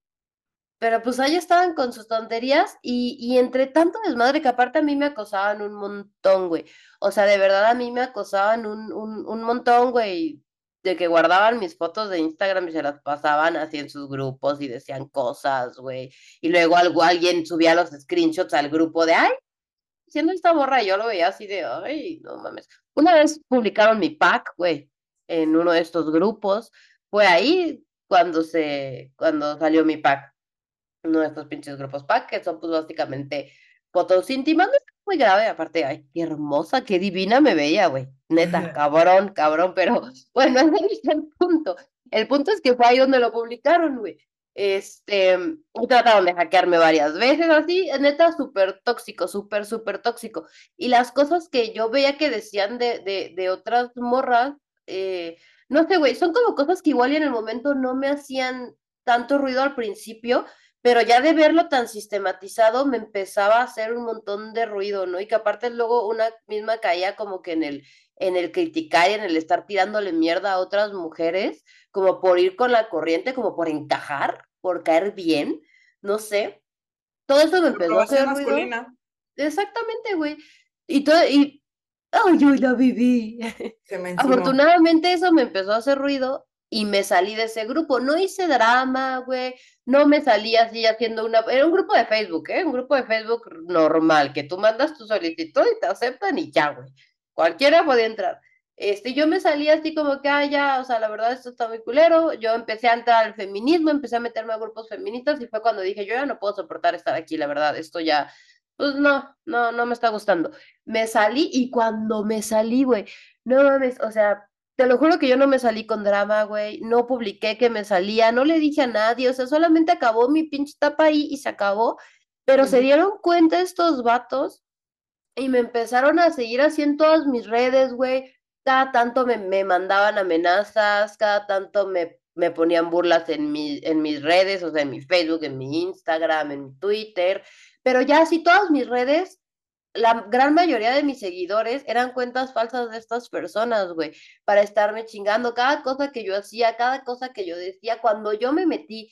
Pero pues ahí estaban con sus tonterías y, y entre tanto desmadre que aparte a mí me acosaban un montón, güey. O sea, de verdad a mí me acosaban un, un, un montón, güey. De que guardaban mis fotos de Instagram y se las pasaban así en sus grupos y decían cosas, güey. Y luego algo, alguien subía los screenshots al grupo de, ay, siendo esta borra, y yo lo veía así de, ay, no mames. Una vez publicaron mi pack, güey, en uno de estos grupos. Fue ahí cuando se, cuando salió mi pack, uno de estos pinches grupos pack, que son pues básicamente fotos íntimas, no es muy grave, aparte, ay, qué hermosa, qué divina me veía, güey, neta, cabrón, cabrón, pero bueno, ese no es el punto, el punto es que fue ahí donde lo publicaron, güey, este, y trataron de hackearme varias veces, así, neta, súper tóxico, súper, súper tóxico, y las cosas que yo veía que decían de, de, de otras morras, eh, no sé, güey, son como cosas que igual y en el momento no me hacían tanto ruido al principio, pero ya de verlo tan sistematizado me empezaba a hacer un montón de ruido, ¿no? Y que aparte luego una misma caía como que en el, en el criticar y en el estar tirándole mierda a otras mujeres, como por ir con la corriente, como por encajar, por caer bien, no sé. Todo eso me empezó a aprobación hacer ruido. masculina Exactamente, güey. Y todo, y, ay, yo la viví. se me encimó. Afortunadamente eso me empezó a hacer ruido y me salí de ese grupo. No hice drama, güey. No me salí así haciendo una... Era un grupo de Facebook, ¿eh? Un grupo de Facebook normal, que tú mandas tu solicitud y te aceptan y ya, güey. Cualquiera podía entrar. Este, yo me salí así como que, ah, ya, o sea, la verdad esto está muy culero. Yo empecé a entrar al feminismo, empecé a meterme a grupos feministas y fue cuando dije, yo ya no puedo soportar estar aquí, la verdad, esto ya, pues no, no, no me está gustando. Me salí y cuando me salí, güey, no mames, o sea, te lo juro que yo no me salí con drama, güey, no publiqué que me salía, no le dije a nadie, o sea, solamente acabó mi pinche etapa ahí y se acabó, pero se Ujú. dieron cuenta estos vatos y me empezaron a seguir así en todas mis redes, güey. Cada tanto me, me mandaban amenazas, cada tanto me, me ponían burlas en, mi, en mis redes, o sea, en mi Facebook, en mi Instagram, en mi Twitter. Pero ya así todas mis redes, la gran mayoría de mis seguidores eran cuentas falsas de estas personas, güey, para estarme chingando. Cada cosa que yo hacía, cada cosa que yo decía, cuando yo me metí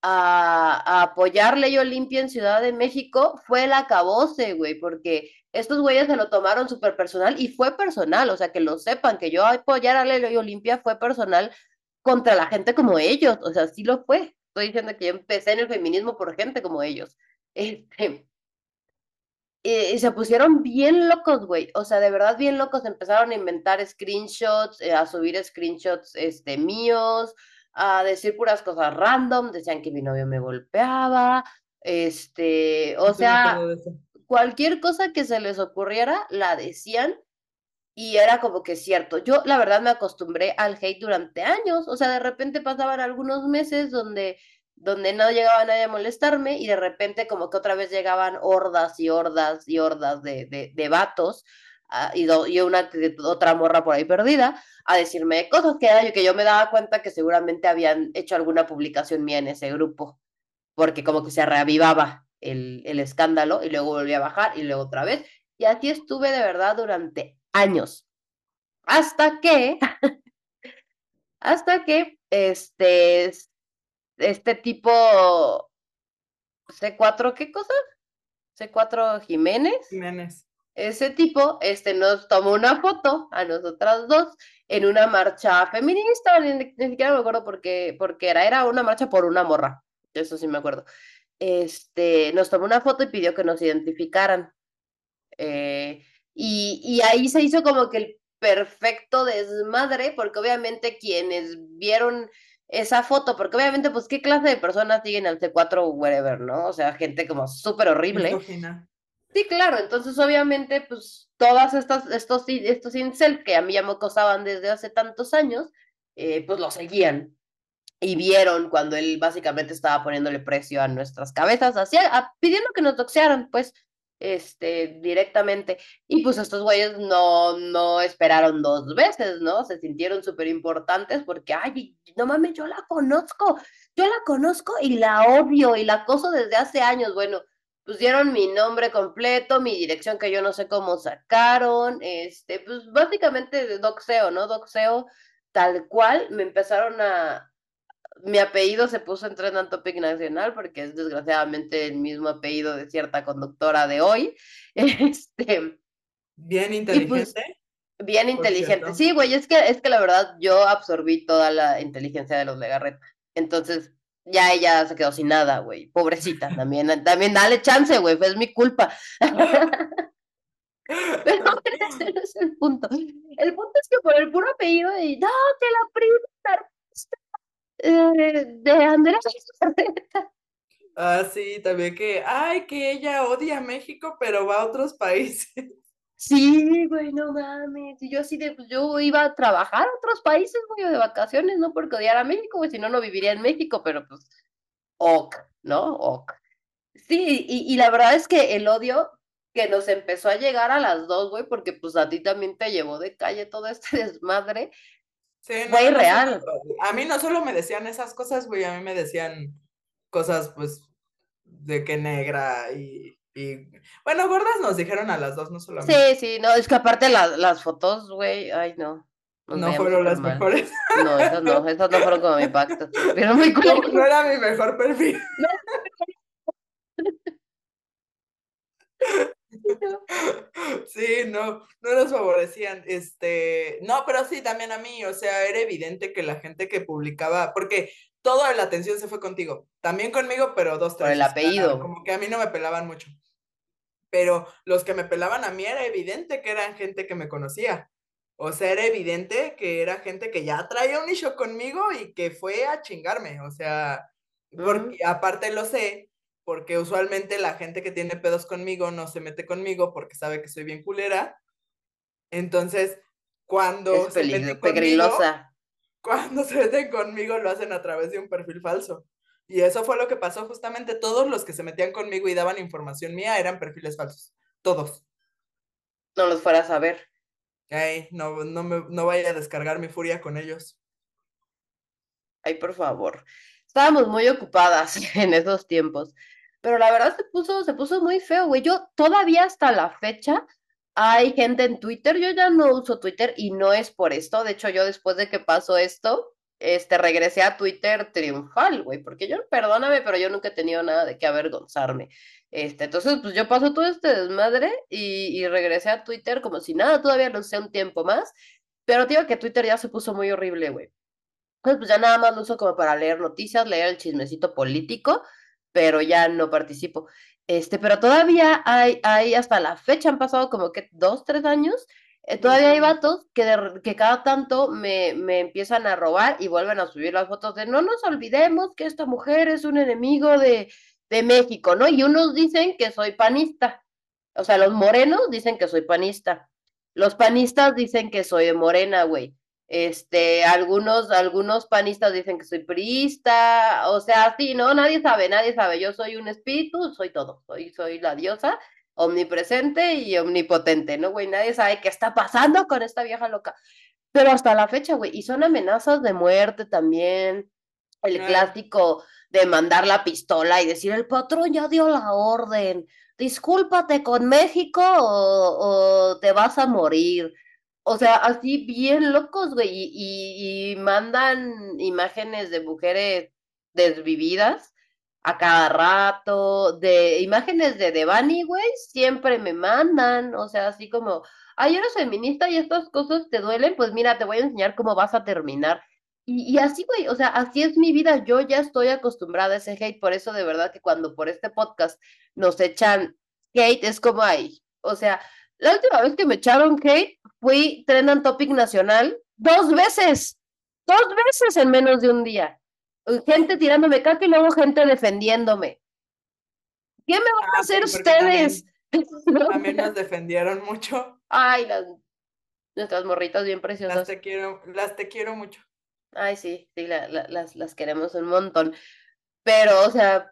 a, a apoyar Ley Olimpia en Ciudad de México, fue el acabose, güey, porque estos güeyes se lo tomaron súper personal y fue personal, o sea, que lo sepan, que yo apoyar a Ley Olimpia fue personal contra la gente como ellos, o sea, sí lo fue. Estoy diciendo que yo empecé en el feminismo por gente como ellos. Este, y, y se pusieron bien locos, güey. O sea, de verdad bien locos. Empezaron a inventar screenshots, eh, a subir screenshots este, míos, a decir puras cosas random. Decían que mi novio me golpeaba. Este, o Sí me sea, acuerdo de eso. cualquier cosa que se les ocurriera, la decían. Y era como que cierto. Yo, la verdad, me acostumbré al hate durante años. O sea, de repente pasaban algunos meses donde, donde no llegaba nadie a molestarme y de repente como que otra vez llegaban hordas y hordas y hordas de, de, de vatos ah, y, do- y una que- otra morra por ahí perdida a decirme cosas que, era yo- que yo me daba cuenta que seguramente habían hecho alguna publicación mía en ese grupo, porque como que se reavivaba el, el escándalo y luego volvía a bajar y luego otra vez. Y así estuve de verdad durante años. Hasta que, hasta que, este, este tipo, c cuatro ¿qué cosa? C cuatro Jiménez. Jiménez. Ese tipo, este, nos tomó una foto a nosotras dos en una marcha feminista, ni, ni siquiera me acuerdo por qué, por qué era, era una marcha por una morra, eso sí me acuerdo. Este, nos tomó una foto y pidió que nos identificaran. Eh, y, y ahí se hizo como que el perfecto desmadre, porque obviamente quienes vieron esa foto, porque obviamente, pues, ¿qué clase de personas siguen al C cuatro wherever, no? O sea, gente como súper horrible. Misógina. Sí, claro, entonces obviamente, pues, todas estas, estos, estos incels que a mí ya me acosaban desde hace tantos años, eh, pues lo seguían y vieron cuando él básicamente estaba poniéndole precio a nuestras cabezas, así, a- pidiendo que nos doxearan, pues, este, directamente. Y pues estos güeyes no, no esperaron dos veces, ¿no? Se sintieron súper importantes porque, ay, no mames, yo la conozco, yo la conozco y la odio y la acoso desde hace años. Bueno, pusieron mi nombre completo, mi dirección que yo no sé cómo sacaron, este, pues básicamente doxeo, ¿no? Doxeo tal cual me empezaron a... Mi apellido se puso en Trending Topic Nacional porque es desgraciadamente el mismo apellido de cierta conductora de hoy. Este, Bien y pues inteligente, bien por inteligente. cierto. Sí, güey, es que, es que la verdad yo absorbí toda la inteligencia de los Legarreta. Entonces, ya ella se quedó sin nada, güey. Pobrecita, también, también dale chance, güey, fue es mi culpa. Pero ese no es el punto. El punto es que por el puro apellido de, no, que la prima artista, eh, de Andrea Legarreta. Ah, sí, también que, ay, que ella odia a México, pero va a otros países. Sí, güey, no mames. Y yo así de, pues yo iba a trabajar a otros países, güey, o de vacaciones, no porque odiara a México, güey, si no, no viviría en México, pero pues, ok, ¿no? Ok. Sí, y, y la verdad es que el odio que nos empezó a llegar a las dos, güey, porque pues a ti también te llevó de calle todo este desmadre, Sí, fue no, no solo, irreal. a mí no solo me decían esas cosas, güey, a mí me decían cosas, pues, de que negra y, y, bueno, gordas nos dijeron a las dos, no solo a Sí, mí. sí, no, es que aparte la- las fotos, güey, ay, no, nos No veíamos fueron súper las mal. mejores. No, esas no, esas no fueron como mi pacto, estuvieron muy No, culeras. no era mi mejor perfil. No, no. Sí, no, no nos favorecían. Este, no, pero sí, también a mí, o sea, era evidente que la gente que publicaba, porque toda la atención se fue contigo, también conmigo, pero dos, Por tres, el o sea, apellido. como que a mí no me pelaban mucho, pero los que me pelaban a mí era evidente que eran gente que me conocía. O sea, era evidente que era gente que ya traía un issue conmigo y que fue a chingarme. O sea, porque Mm, aparte lo sé, porque usualmente la gente que tiene pedos conmigo no se mete conmigo porque sabe que soy bien culera. Entonces, es cuando se meten peligro, conmigo, pegrilosa. cuando se meten conmigo lo hacen a través de un perfil falso. Y eso fue lo que pasó justamente. Todos los que se metían conmigo y daban información mía eran perfiles falsos. Todos. No los fueras a ver. Ay, no, no, me, no vaya a descargar mi furia con ellos. Ay, por favor. Estábamos muy ocupadas en esos tiempos. Pero la verdad se puso, se puso muy feo, güey. Yo todavía hasta la fecha hay gente en Twitter. Yo ya no uso Twitter y no es por esto. De hecho, yo después de que pasó esto, este, regresé a Twitter triunfal, güey. Porque yo, perdóname, pero yo nunca he tenido nada de qué avergonzarme. Este, entonces, pues yo paso todo este desmadre y, y regresé a Twitter como si nada. Todavía lo usé un tiempo más. Pero te digo que Twitter ya se puso muy horrible, güey. Pues, pues ya nada más lo uso como para leer noticias, leer el chismecito político, pero ya no participo. Este, pero todavía hay, hay hasta la fecha, han pasado como que dos, tres años, eh, todavía hay Ujú. vatos que, de- que cada tanto me, me empiezan a robar y vuelven a subir las fotos de no nos olvidemos que esta mujer es un enemigo de, de México, ¿no? Y unos dicen que soy panista, o sea, los morenos dicen que soy panista, los panistas dicen que soy de Morena, güey. Este, algunos, algunos panistas dicen que soy priista, o sea, sí, no, nadie sabe, nadie sabe. Yo soy un espíritu, soy todo, soy, soy la diosa omnipresente y omnipotente, ¿no, güey? Nadie sabe qué está pasando con esta vieja loca. Pero hasta la fecha, güey, y son amenazas de muerte también, el Ay, clásico de mandar la pistola y decir, el patrón ya dio la orden, discúlpate con México o, o te vas a morir. O sea, así bien locos, güey, y, y, y mandan imágenes de mujeres desvividas a cada rato, de imágenes de Devani, güey, siempre me mandan, o sea, así como, ay, eres feminista y estas cosas te duelen, pues mira, te voy a enseñar cómo vas a terminar. Y, y así, güey, o sea, así es mi vida, yo ya estoy acostumbrada a ese hate, por eso de verdad que cuando por este podcast nos echan hate, es como, ay, o sea, la última vez que me echaron hate fui trending topic nacional dos veces, dos veces en menos de un día. Gente tirándome caca y luego gente defendiéndome. ¿Qué me van a ah, hacer sí, porque ustedes? también, también nos defendieron mucho. Ay, las, nuestras morritas bien Las preciosas. te quiero, las te quiero mucho. Ay, sí, sí, la, la, las, las queremos un montón. Pero, o sea,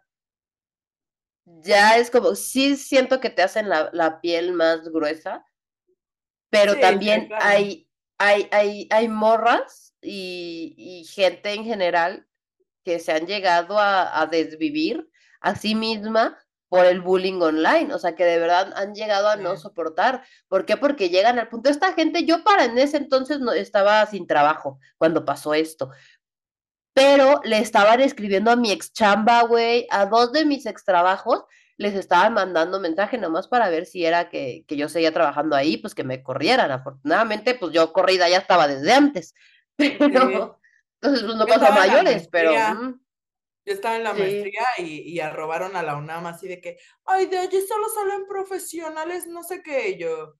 ya es como, sí siento que te hacen la, la piel más gruesa, pero Sí, sí, también claro. hay, hay, hay, hay morras y, y gente en general que se han llegado a, a desvivir a sí misma por el bullying online, o sea, que de verdad han llegado a no Sí, soportar. ¿Por qué? Porque llegan al punto, esta gente, yo para en ese entonces no estaba sin trabajo cuando pasó esto, pero le estaban escribiendo a mi ex chamba, güey, a dos de mis ex trabajos, les estaban mandando mensaje nomás para ver si era que, que yo seguía trabajando ahí, pues que me corrieran. Afortunadamente, pues yo corrida ya estaba desde antes, sí. pero entonces pues no Yo pasó a estaba en la mayores, pero maestría, mm, yo estaba en la sí, maestría y, y arrobaron a la UNAM así de que, ay, de allí solo salen profesionales, no sé qué, y yo,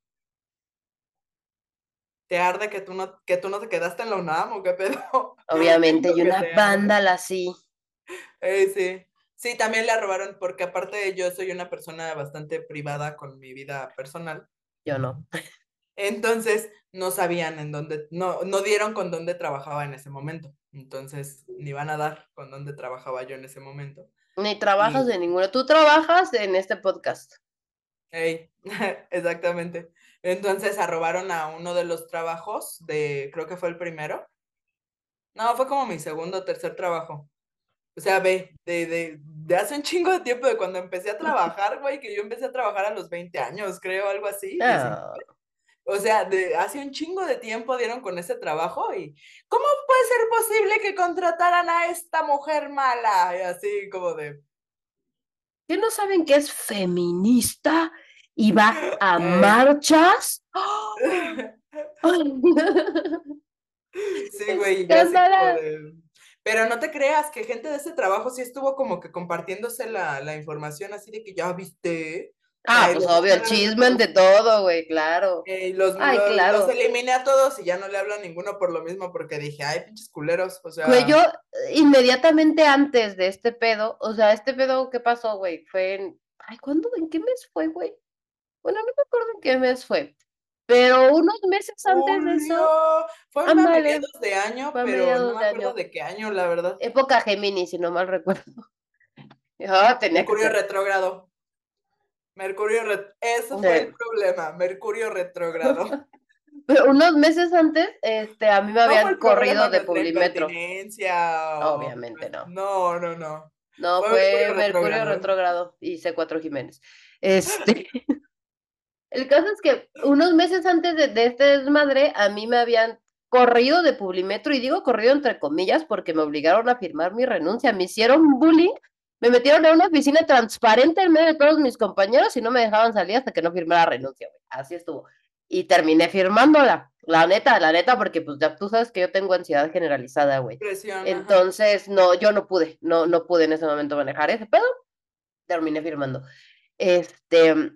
¿te arde que tú no, que tú no te quedaste en la UNAM o qué pedo? obviamente, Siento y que una te arde. vándala así, Eh, sí. Sí, también la robaron porque aparte yo soy una persona bastante privada con mi vida personal. yo no. Entonces no sabían en dónde, no, no dieron con dónde trabajaba en ese momento. Entonces ni van a dar con dónde trabajaba yo en ese momento. Ni trabajas Y, de ninguno. Tú trabajas en este podcast. hey, exactamente. Entonces arrobaron a uno de los trabajos de, creo que fue el primero. No, fue como mi segundo o tercer trabajo. O sea, ve, de, de, de hace un chingo de tiempo, de cuando empecé a trabajar, güey, que yo empecé a trabajar a los veinte años, creo, algo así, diecinueve. Ah, O sea, de hace un chingo de tiempo dieron con ese trabajo y ¿cómo puede ser posible que contrataran a esta mujer mala? Y así como de... ¿qué no saben que es feminista y va a eh. marchas? ¡Oh! Sí, güey, y yo así como Escándala. de... Pero no te creas que gente de ese trabajo sí estuvo como que compartiéndose la, la información así de que ya viste. O Ah, sea, y pues los obvio, el mandaron a chisme todos. de todo, güey, claro. Eh, los, Ay, los, los claro. eliminé a todos y ya no le hablo a ninguno por lo mismo, porque dije, ay, pinches culeros, o Güey, yo sea, eh, inmediatamente antes de este pedo, o sea, este pedo, ¿qué pasó, güey? Fue en... Ay, ¿cuándo? ¿En qué mes fue, güey? Bueno, no me acuerdo en qué mes fue, pero unos meses antes de eso, Julio, fue a ándale, mediados de año, fue a pero no mediados me de acuerdo año. de qué año, la verdad. Época Géminis, si no mal recuerdo. Ah, tenía que Mercurio ser. retrógrado. Mercurio, ret- eso fue el Eh, problema, Mercurio retrógrado. pero unos meses antes, este, a mí me No fue habían el problema, corrido no de es la Publimetro. impertinencia o... Obviamente no. No, no, no. No, Fue fue Mercurio Mercurio retrógrado. retrógrado y C cuatro Jiménez. Este, el caso es que unos meses antes de, de este desmadre, a mí me habían corrido de Publimetro, y digo corrido entre comillas porque me obligaron a firmar mi renuncia, me hicieron bullying, me metieron en una oficina transparente en medio de todos mis compañeros y no me dejaban salir hasta que no firmara renuncia, güey. Así estuvo. Y terminé firmándola, la neta, la neta, porque pues ya tú sabes que yo tengo ansiedad generalizada, güey. Presión, ajá. Entonces, no, yo no pude, no, no pude en ese momento manejar ese pedo, terminé firmando. Este,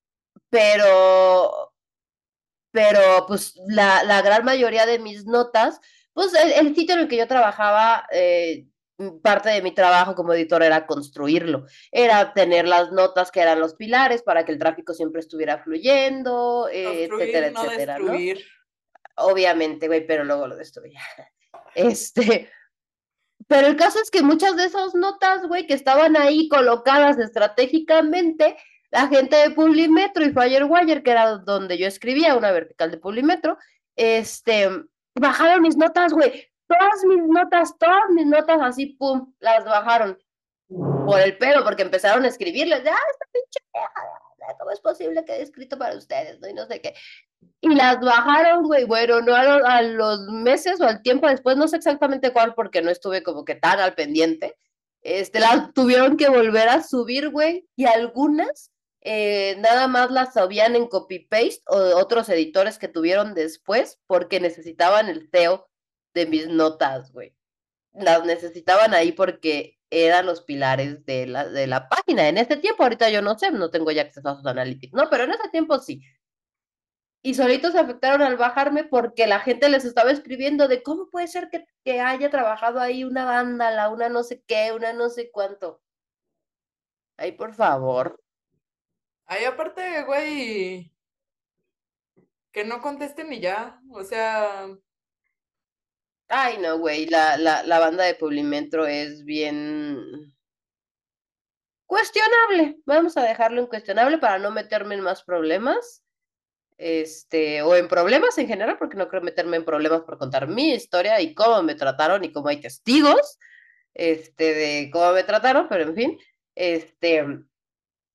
pero pero pues la, la gran mayoría de mis notas, pues el, el sitio en el que yo trabajaba, eh, parte de mi trabajo como editor era construirlo, era tener las notas que eran los pilares para que el tráfico siempre estuviera fluyendo, eh, etcétera, Construir, no etcétera, ¿no? destruir. Obviamente, güey, pero luego lo destruía. Este, pero el caso es que muchas de esas notas, güey, que estaban ahí colocadas estratégicamente, la gente de Publimetro y Firewire, que era donde yo escribía, una vertical de Publimetro, este, bajaron mis notas, güey. Todas mis notas, todas mis notas así, pum, las bajaron por el pelo, porque empezaron a escribirles, ah, esta pinche vieja, ¿cómo es posible que haya escrito para ustedes? ¿No? Y no sé qué. Y las bajaron, güey. Bueno, no a, lo- a los meses o al tiempo después, no sé exactamente cuál, porque no estuve como que tan al pendiente. Este, las tuvieron que volver a subir, güey. Y algunas eh, nada más las subían en copy-paste o de otros editores que tuvieron después, porque necesitaban el S E O de mis notas, güey. Las necesitaban ahí porque eran los pilares de la, de la página. En ese tiempo, ahorita yo no sé, no tengo ya acceso a sus analytics, no, pero en ese tiempo sí, y solitos se afectaron al bajarme porque la gente les estaba escribiendo de cómo puede ser que, que haya trabajado ahí una vándala, una no sé qué, una no sé cuánto. Ay, por favor. Ahí aparte, güey, que no contesten y ya. O sea, Ay, no, güey, la, la, la banda de Publimetro es bien cuestionable. Vamos a dejarlo en cuestionable para no meterme en más problemas. Este, o en problemas en general, porque no creo meterme en problemas por contar mi historia y cómo me trataron y cómo hay testigos, este, de cómo me trataron, pero en fin, este,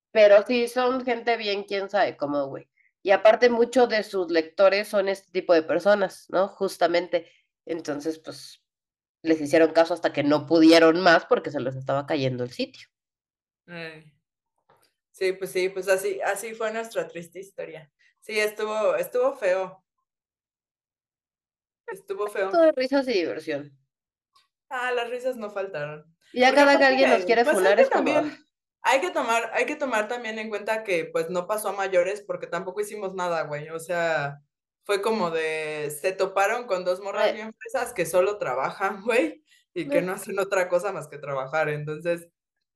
Pero sí, son gente bien, quién sabe cómo, güey. Y aparte, muchos de sus lectores son este tipo de personas, ¿no? Justamente. Entonces, pues, les hicieron caso hasta que no pudieron más porque se les estaba cayendo el sitio. Ay, sí, pues sí, pues así, así fue nuestra triste historia. Sí, estuvo, estuvo feo, estuvo Todo feo. de risas y diversión. Ah, las risas no faltaron. Y ya Porque cada que alguien nos aparte, quiere pues hay funar que es como, "Ah, también, hay que tomar, hay que tomar también en cuenta que pues no pasó a mayores porque tampoco hicimos nada, güey. O sea, fue como de, se toparon con dos morras eh, bien fresas que solo trabajan, güey, y que eh". no hacen otra cosa más que trabajar. Entonces,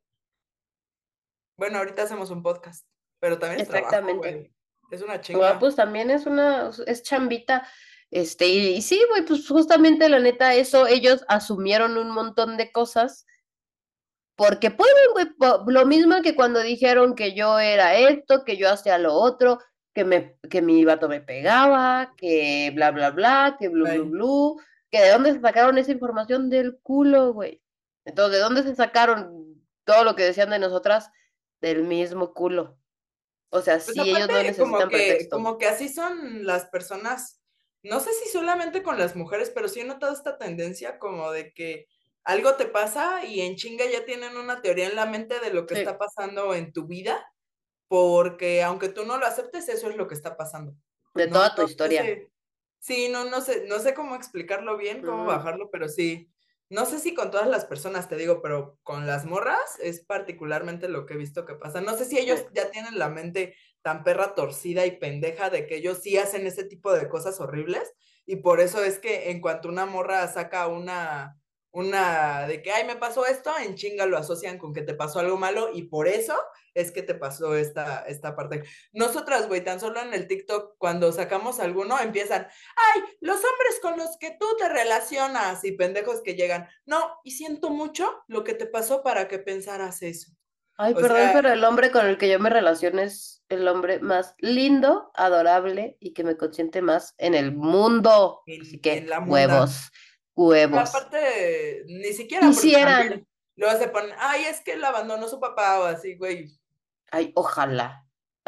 bueno, ahorita hacemos un podcast, pero también es trabajo, Exactamente. güey. Es una Ah, chinga. pues también es una, es chambita. Este, y, y sí, güey, pues justamente la neta, eso, ellos asumieron un montón de cosas porque pueden, güey, po- lo mismo que cuando dijeron que yo era esto, que yo hacía lo otro, que me, que mi vato me pegaba, que bla, bla, bla, que blu, blu, Ay, blu, que de dónde se sacaron esa información del culo, güey. Entonces, ¿de dónde se sacaron todo lo que decían de nosotras? Del mismo culo. O sea, pues sí, ellos aparte, no como necesitan que, pretexto. como que así son las personas, no sé si solamente con las mujeres, pero sí he notado esta tendencia como de que algo te pasa y en chinga ya tienen una teoría en la mente de lo que Sí, está pasando en tu vida, porque aunque tú no lo aceptes, eso es lo que está pasando. de No, toda tu no, no historia. sé. Sí, no, no sé, no sé cómo explicarlo bien, cómo Ujú, bajarlo, pero sí. No sé si con todas las personas, te digo, pero con las morras es particularmente lo que he visto que pasa. No sé si sí. ellos ya tienen la mente tan perra torcida y pendeja de que ellos sí hacen ese tipo de cosas horribles y por eso es que en cuanto una morra saca una, una de que, ay, me pasó esto, en chinga lo asocian con que te pasó algo malo y por eso es que te pasó esta, esta parte. Nosotras, güey, tan solo en el TikTok, cuando sacamos alguno, empiezan, ay, los hombres con los que tú te relacionas y pendejos que llegan, no, y siento mucho lo que te pasó para que pensaras eso. Ay, O perdón, sea, pero el hombre con el que yo me relaciono es el hombre más lindo, adorable y que me consiente más en el mundo. Así en, en que la munda. huevos, huevos. Aparte, ni siquiera porque Quisieran. también luego se ponen, ay, es que él abandonó a su papá o así, güey. Ay, ojalá.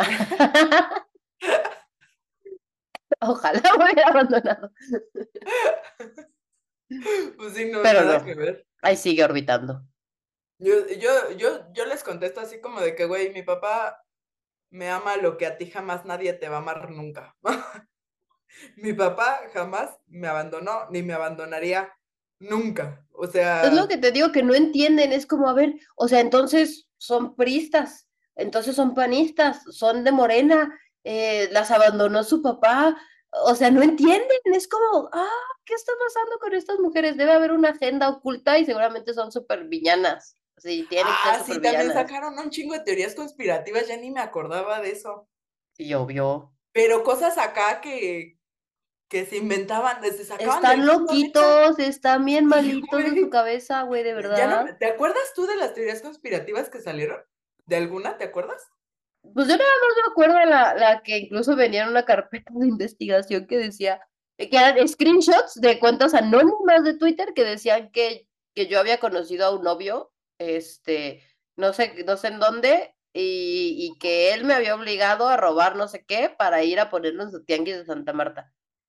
Ojalá me hubiera abandonado. Pues sí, no, Pero nada que no, ver. ahí sigue orbitando. Yo, yo, yo, yo les contesto así como de que, güey, mi papá me ama lo que a ti jamás nadie te va a amar nunca. Mi papá jamás me abandonó ni me abandonaría nunca. O Es lo sea, que te digo que no entienden, es como, a ver, o sea, entonces son priistas, entonces son panistas, son de Morena, eh, las abandonó su papá, o sea, no entienden, es como, ah, ¿qué está pasando con estas mujeres? Debe haber una agenda oculta y seguramente son súper villanas, sí, tienen que ser ah, súper sí, también villanas, sacaron un chingo de teorías conspirativas, ya ni me acordaba de eso. y obvio. Pero cosas acá que, que se inventaban, se sacaban del Están culo, neta. loquitos, están bien Sí, malitos de su güey. cabeza, güey, de Ya no, verdad. me- ¿te acuerdas tú de las teorías conspirativas que salieron? ¿De alguna? ¿Te acuerdas? Pues yo nada más me acuerdo la, la que incluso venía en una carpeta de investigación que decía, eh, que eran screenshots de cuentas anónimas de Twitter que decían que, que yo había conocido a un novio, este, no sé, no sé en dónde, y, y que él me había obligado a robar no sé qué para ir a ponernos en su tianguis de Santa Marta.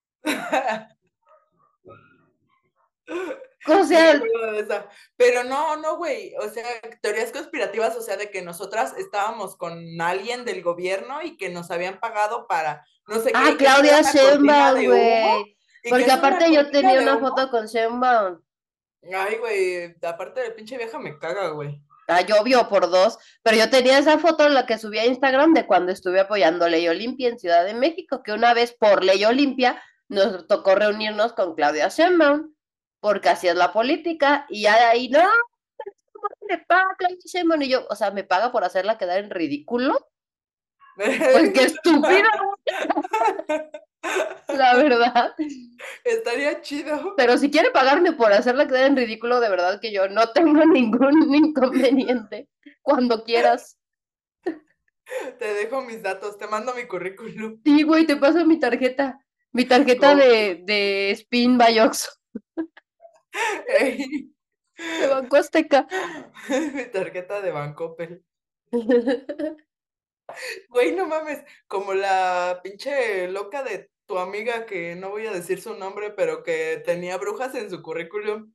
O Sí, me sea, acuerdo de esa. Pero no, no, güey. O sea, teorías conspirativas, o sea, de que nosotras estábamos con alguien del gobierno y que nos habían pagado para no sé qué, ah, y que eso era Claudia una cortina Sheinbaum, de humo, güey. y que Porque es una aparte yo cortina tenía de una humo. foto con Sheinbaum. Ay, güey, aparte de pinche vieja me caga, güey. Ah, llovió por dos, pero yo tenía esa foto en la que subí a Instagram de cuando estuve apoyando Ley Olimpia en Ciudad de México, que una vez por Ley Olimpia nos tocó reunirnos con Claudia Sheinbaum, porque así es la política, y ya de ahí, no, ¿cómo le paga Claudia Sheinbaum? Y yo, o sea, me paga por hacerla quedar en ridículo, pues qué estúpido, la verdad. Estaría chido. Pero si quiere pagarme por hacerla quedar en ridículo, de verdad que yo no tengo ningún inconveniente. Cuando quieras. Te dejo mis datos, te mando mi currículum. Sí, güey, te paso mi tarjeta. Mi tarjeta Como, de, de Spin by Oxxo, ey, de Banco Azteca. mi tarjeta de Bancoppel. Güey, no mames, como la pinche loca de tu amiga que no voy a decir su nombre, pero que tenía brujas en su currículum.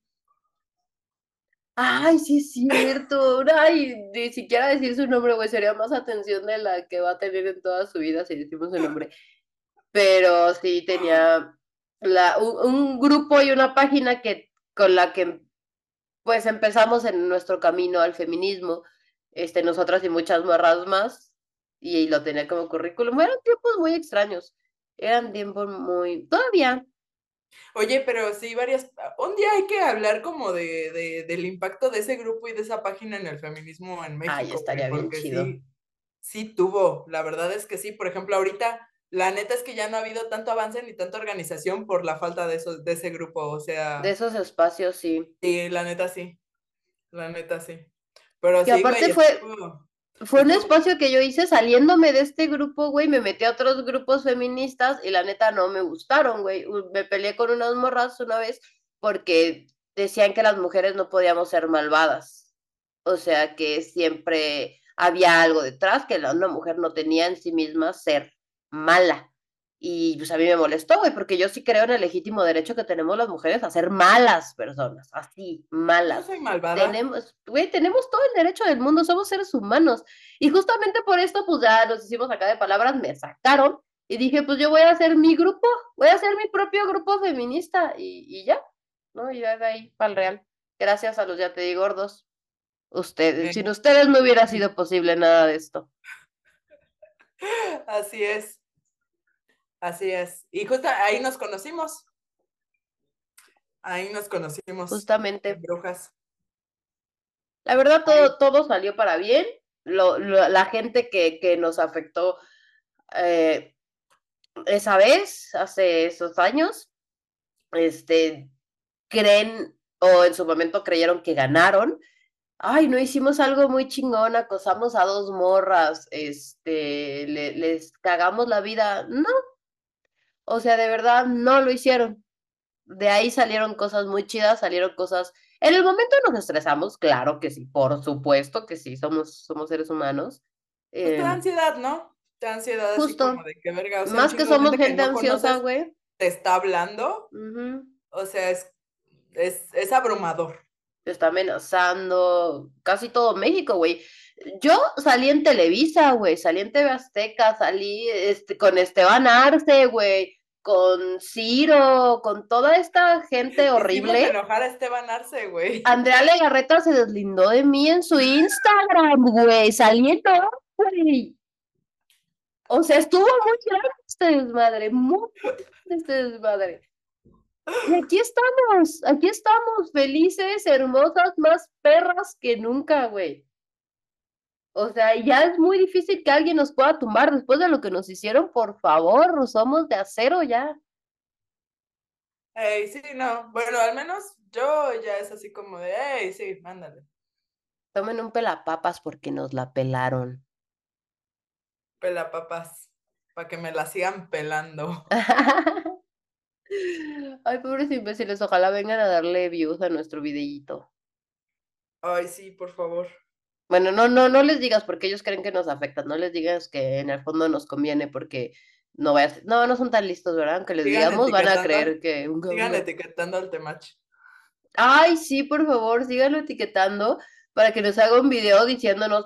Ay, sí es cierto. Ay, ni siquiera decir su nombre, güey, sería más atención de la que va a tener en toda su vida si decimos su nombre. Pero sí tenía la, un, un grupo y una página que con la que pues empezamos en nuestro camino al feminismo, este, nosotras y muchas morras más, y, lo tenía como currículum. Eran tiempos muy extraños, eran tiempos muy, todavía, Oye, pero sí, varias. Un día hay que hablar como de, de- del impacto de ese grupo y de esa página en el feminismo en ay, México, güey, estaría bien porque chido. sí, sí tuvo. La verdad es que sí. Por ejemplo, ahorita, la neta es que ya no ha habido tanto avance ni tanta organización por la falta de esos, de ese grupo. O De sea, esos espacios, sí. sí, la neta sí. La neta sí. Pero Que sí, aparte güey, fue, estuvo, fue un estuvo. espacio que yo hice saliéndome de este grupo, güey, me metí a otros grupos feministas y la neta no me gustaron, güey. U- Me peleé con unas morras una vez porque decían que las mujeres no podíamos ser malvadas. O sea, que siempre había algo detrás, que la, una mujer no tenía en sí misma ser mala. Y pues a mí me molestó, güey, porque yo sí creo en el legítimo derecho que tenemos las mujeres a ser malas personas, así, Yo no malas. soy malvada. Tenemos, güey, tenemos todo el derecho del mundo, somos seres humanos. Y justamente por esto, pues ya nos hicimos acá de palabras, me sacaron y dije, pues yo voy a hacer mi grupo, voy a hacer mi propio grupo feminista y, y ya, ¿no? Y ya de ahí para el real. Gracias a los ya te digo gordos. Ustedes, Eh, sin ustedes no hubiera sido posible nada de esto. Así es, así es. Y justo ahí nos conocimos. Ahí nos conocimos en Justamente. Brujas. La verdad, Ahí. todo, todo salió para bien. Lo, lo- la gente que, que nos afectó eh, esa vez, hace esos años, este, creen o en su momento creyeron que ganaron. Ay, no hicimos algo muy chingón, acosamos a dos morras, este, le- les cagamos la vida. No, o sea, de verdad no lo hicieron. De ahí salieron cosas muy chidas, salieron cosas. En el momento nos estresamos, claro que sí, por supuesto que sí, somos, somos seres humanos. Pues te da Eh, ansiedad, ¿no? Te da ansiedad así como justo, de que verga, o sea, un más que chingo de somos gente que gente no ansiosa, conoces güey. te está hablando. Ujú. O sea, es, es, es abrumador. Te está amenazando casi todo México, güey. Yo salí en Televisa, güey, salí en T V Azteca, salí este, con Esteban Arce, güey, con Ciro, con toda esta gente Hicimos horrible. enojar a Esteban Arce, güey. Andrea Legarreta se deslindó de mí en su Instagram, güey, saliendo, güey. O sea, estuvo muy grande este desmadre, muy grande este desmadre. Y aquí estamos, aquí estamos, felices, hermosas, más perras que nunca, güey. O sea, ya es muy difícil que alguien nos pueda tumbar después de lo que nos hicieron, por favor, somos de acero ya. Ey, sí, no. Bueno, al menos yo ya es así como de, hey, sí, mándale. Tomen un pelapapas porque nos la pelaron. Pela papas. Para que me la sigan pelando. Ay, pobres imbéciles, ojalá vengan a darle views a nuestro videíto. Ay, sí, por favor. Bueno, no, no, no les digas porque ellos creen que nos afectan, no les digas que en el fondo nos conviene porque no vaya a ser- no, no son tan listos, ¿verdad? Aunque les Sigan digamos, van a etiquetando, creer que unga, sigan unga. etiquetando al Temach. Ay, sí, por favor, síganlo etiquetando para que nos haga un video diciéndonos,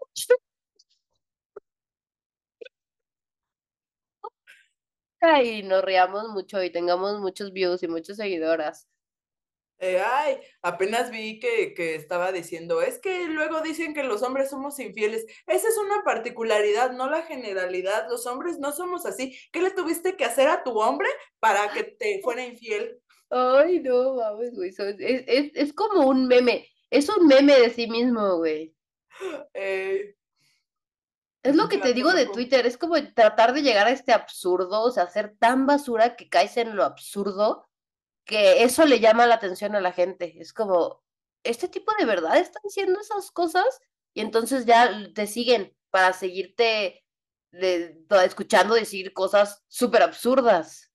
y nos riamos mucho y tengamos muchos views y muchas seguidoras. Eh, ay, apenas vi que, que estaba diciendo, es que luego dicen que los hombres somos infieles. Esa es una particularidad, no la generalidad. Los hombres no somos así. ¿Qué le tuviste que hacer a tu hombre para que te fuera infiel? Ay, no, mames, güey. so- Es, es, es como un meme. Es un meme de sí mismo, güey. Eh, Es lo que pinche te vato digo de loco. Twitter. Es como tratar de llegar a este absurdo, o sea, ser tan basura que caes en lo absurdo que eso le llama la atención a la gente. Es como, ¿este tipo de verdad está diciendo esas cosas? Y entonces ya te siguen para seguirte de, de- escuchando decir cosas súper absurdas.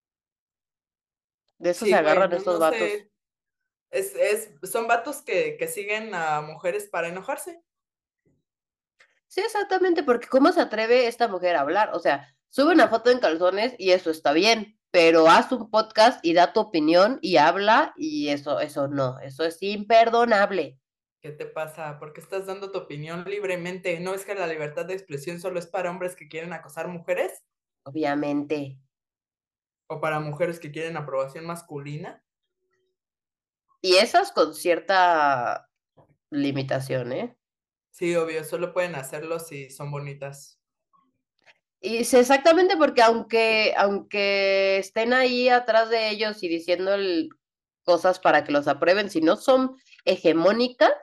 De eso se Sí, güey, agarran no, estos no vatos. sé. Es, es, son vatos que, que siguen a mujeres para enojarse. Sí, exactamente, porque ¿cómo se atreve esta mujer a hablar? O sea, sube una foto en calzones y eso está bien, pero haz un podcast y da tu opinión y habla y eso, eso no, eso es imperdonable, ¿Qué te pasa? ¿Por qué estás dando tu opinión libremente? ¿No es que la libertad de expresión solo es para hombres que quieren acosar mujeres? obviamente. ¿O para mujeres que quieren aprobación masculina? Y esas con cierta limitación, ¿eh? Sí, obvio, solo pueden hacerlo si son bonitas. Y sí, exactamente porque aunque, aunque estén ahí atrás de ellos y diciendo el- cosas para que los aprueben, si no son hegemónicas,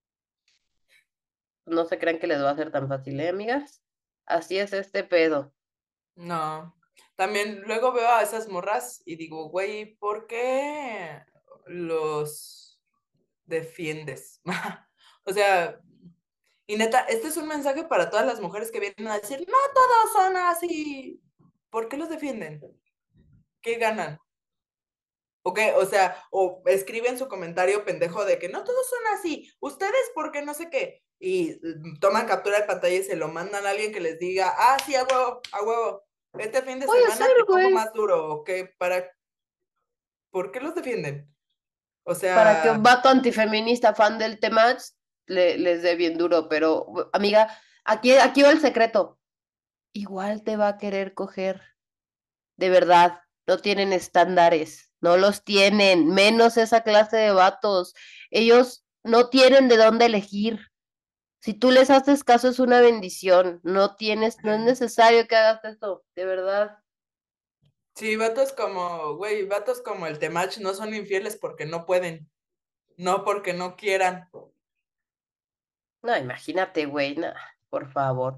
no se crean que les va a ser tan fácil, ¿eh, amigas? Así es este pedo. No. También luego veo a esas morras y digo, güey, ¿por qué los defiendes? O sea, y neta, este es un mensaje para todas las mujeres que vienen a decir, no todos son así. ¿Por qué los defienden? ¿Qué ganan? ¿O qué? O sea, o escriben su comentario pendejo de que no todos son así. Ustedes, ¿por qué no sé qué? Y mm, toman captura de pantalla y se lo mandan a alguien que les diga, ah, sí, a huevo, a huevo. Este fin de Puede semana ser, te pongo güey, más duro, ¿o qué? Para, ¿por qué los defienden? O para que sea, un vato antifeminista fan del Temach le, les dé bien duro, pero amiga, aquí, aquí va el secreto. Igual te va a querer coger. De verdad, no tienen estándares, no los tienen, menos esa clase de vatos. Ellos no tienen de dónde elegir. Si tú les haces caso es una bendición, no tienes, no es eh, necesario que hagas eso, de verdad. sí, vatos como, güey, vatos como el Temach no son infieles porque no pueden, no porque no quieran. No, imagínate, güey, no, por favor.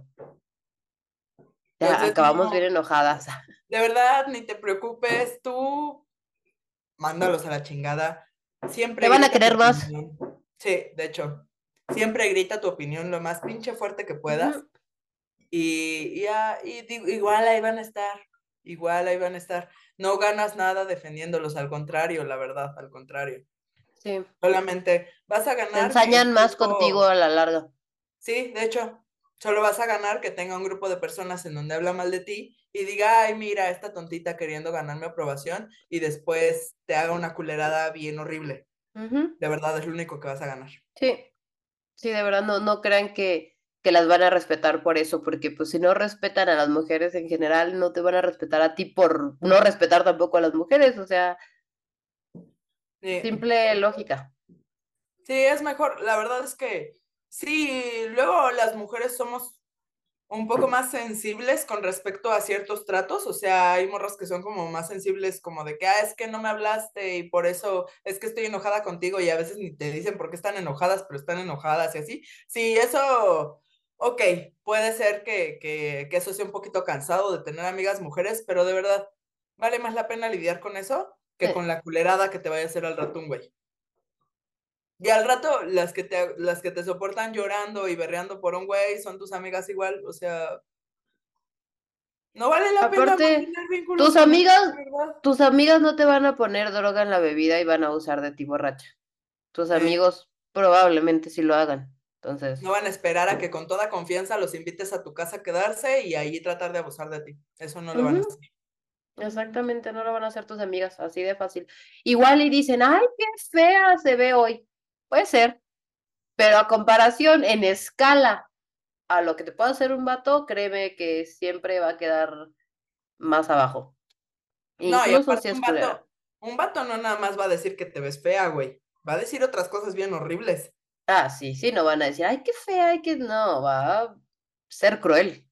Ya Entonces, acabamos bien no, enojadas. de verdad, ni te preocupes, tú mándalos a la chingada. Te Siempre van a grita tu querer más. opinión. Sí, de hecho, siempre grita tu opinión lo más pinche fuerte que puedas. Ujú. Y, y ya, y digo, igual ahí van a estar, igual ahí van a estar. No ganas nada defendiéndolos, al contrario, la verdad, al contrario. Sí, Solamente vas a se ganar que un ensañan más contigo grupo, a la larga. sí, de hecho, solo vas a ganar que tenga un grupo de personas en donde habla mal de ti y diga, ay, mira, esta tontita queriendo ganar mi aprobación y después te haga una culerada bien horrible. Ujú. De verdad, es lo único que vas a ganar. Sí, sí, de verdad, no, no crean que, que las van a respetar por eso, porque pues si no respetan a las mujeres en general, no te van a respetar a ti por no respetar tampoco a las mujeres, o sea, Sí, simple lógica. sí, es mejor. La verdad es que sí, luego las mujeres somos un poco más sensibles con respecto a ciertos tratos, o sea, hay morras que son como más sensibles, como de que, ah, es que no me hablaste y por eso es que estoy enojada contigo y a veces ni te dicen por qué están enojadas, pero están enojadas y así. Sí, eso, ok, puede ser que, que, que eso sea un poquito cansado de tener amigas mujeres, pero de verdad, vale más la pena lidiar con eso que Sí. con la culerada que te vaya a hacer al rato un güey. Y al rato, las que te, las que te soportan llorando y berreando por un güey son tus amigas igual, o sea, no vale la pena Aparte, mantener vínculos tus con ellos, amigas, de verdad. tus amigas no te van a poner droga en la bebida y van a usar de ti borracha. Tus Eh, amigos probablemente sí lo hagan. no Entonces, van a esperar a que con toda confianza los invites a tu casa a quedarse y ahí tratar de abusar de ti. Eso no lo van a ujú, hacer. exactamente, no lo van a hacer tus amigas, así de fácil. Igual y dicen, ay, qué fea se ve hoy. Puede ser, pero a comparación en escala a lo que te puede hacer un vato, créeme que siempre va a quedar más abajo. No, y Incluso si aparte es un culera. vato, un vato no nada más va a decir que te ves fea, güey. Va a decir otras cosas bien horribles. Ah, sí, sí, no van a decir, ay, qué fea, ay, que no, va a ser cruel.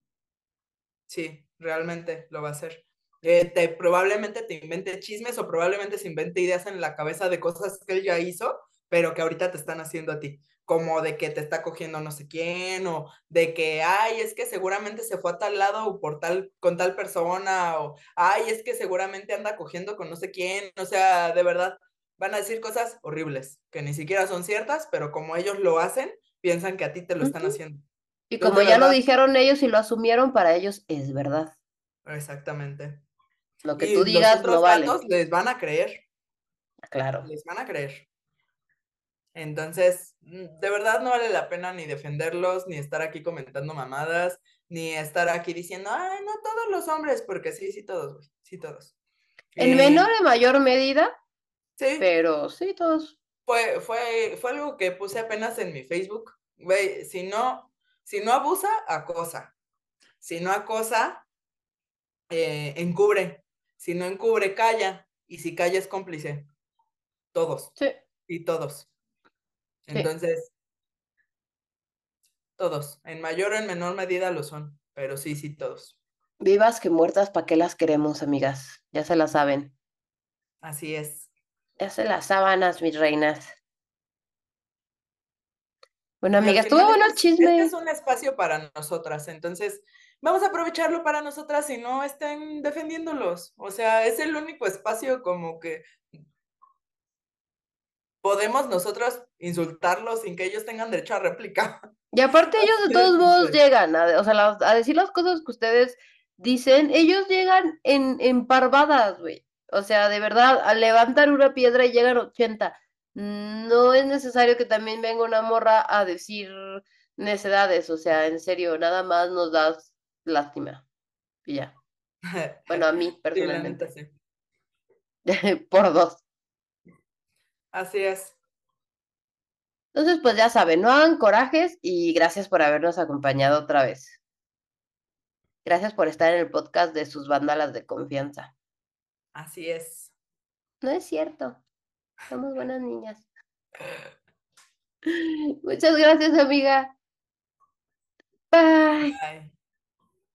Sí, realmente lo va a hacer. Eh, te, probablemente te invente chismes o probablemente se invente ideas en la cabeza de cosas que él ya hizo, pero que ahorita te están haciendo a ti. Como de que te está cogiendo no sé quién, o de que, ay, es que seguramente se fue a tal lado por tal, con tal persona, o ay, es que seguramente anda cogiendo con no sé quién. O sea, de verdad, van a decir cosas horribles, que ni siquiera son ciertas, pero como ellos lo hacen, piensan que a ti te lo están Ujú. haciendo. Y Entonces, como de ya lo verdad, dijeron ellos y lo asumieron, para ellos es verdad. exactamente. Lo que tú Y los digas no otros vale. vatos les van a creer, Claro. les van a creer. Entonces, mm, de verdad no vale la pena ni defenderlos, ni estar aquí comentando mamadas, ni estar aquí diciendo, ay, no todos los hombres, porque sí, sí todos, güey, sí todos. En menor Y o mayor medida, sí, pero sí, todos. fue, fue, fue algo que puse apenas en mi Facebook. Güey, si no, si no abusa, acosa. Si no acosa, eh, encubre. Si no encubre, calla. Y si calla, es cómplice. Todos. Sí, Y todos. sí. Entonces, todos. En mayor o en menor medida lo son. Pero sí, sí, todos. Vivas que muertas, ¿para qué las queremos, amigas? Ya se las saben. Así es. Ya se las sábanas, mis reinas. Bueno, Y al amiga, estuvo final bueno este el es, este es chisme. un espacio para nosotras. Entonces, vamos a aprovecharlo para nosotras y no estén defendiéndolos. O sea, es el único espacio como que podemos nosotros insultarlos sin que ellos tengan derecho a réplica. Y aparte ellos Así de de todos modos simple. llegan, a, o sea, las- a decir las cosas que ustedes dicen, ellos llegan en, en parvadas, güey. O sea, de verdad, a levantar una piedra y llegan ochenta. No es necesario que también venga una morra a decir necedades, o sea, en serio, nada más nos das lástima. Y ya. Bueno, a mí Sí, la neta, personalmente. sí. Por dos. Así es. Entonces, pues ya saben, no hagan corajes y gracias por habernos acompañado otra vez. Gracias por estar en el podcast de sus vándalas de confianza. Así es. No es cierto, somos buenas niñas. Muchas gracias, amiga. Bye. Bye.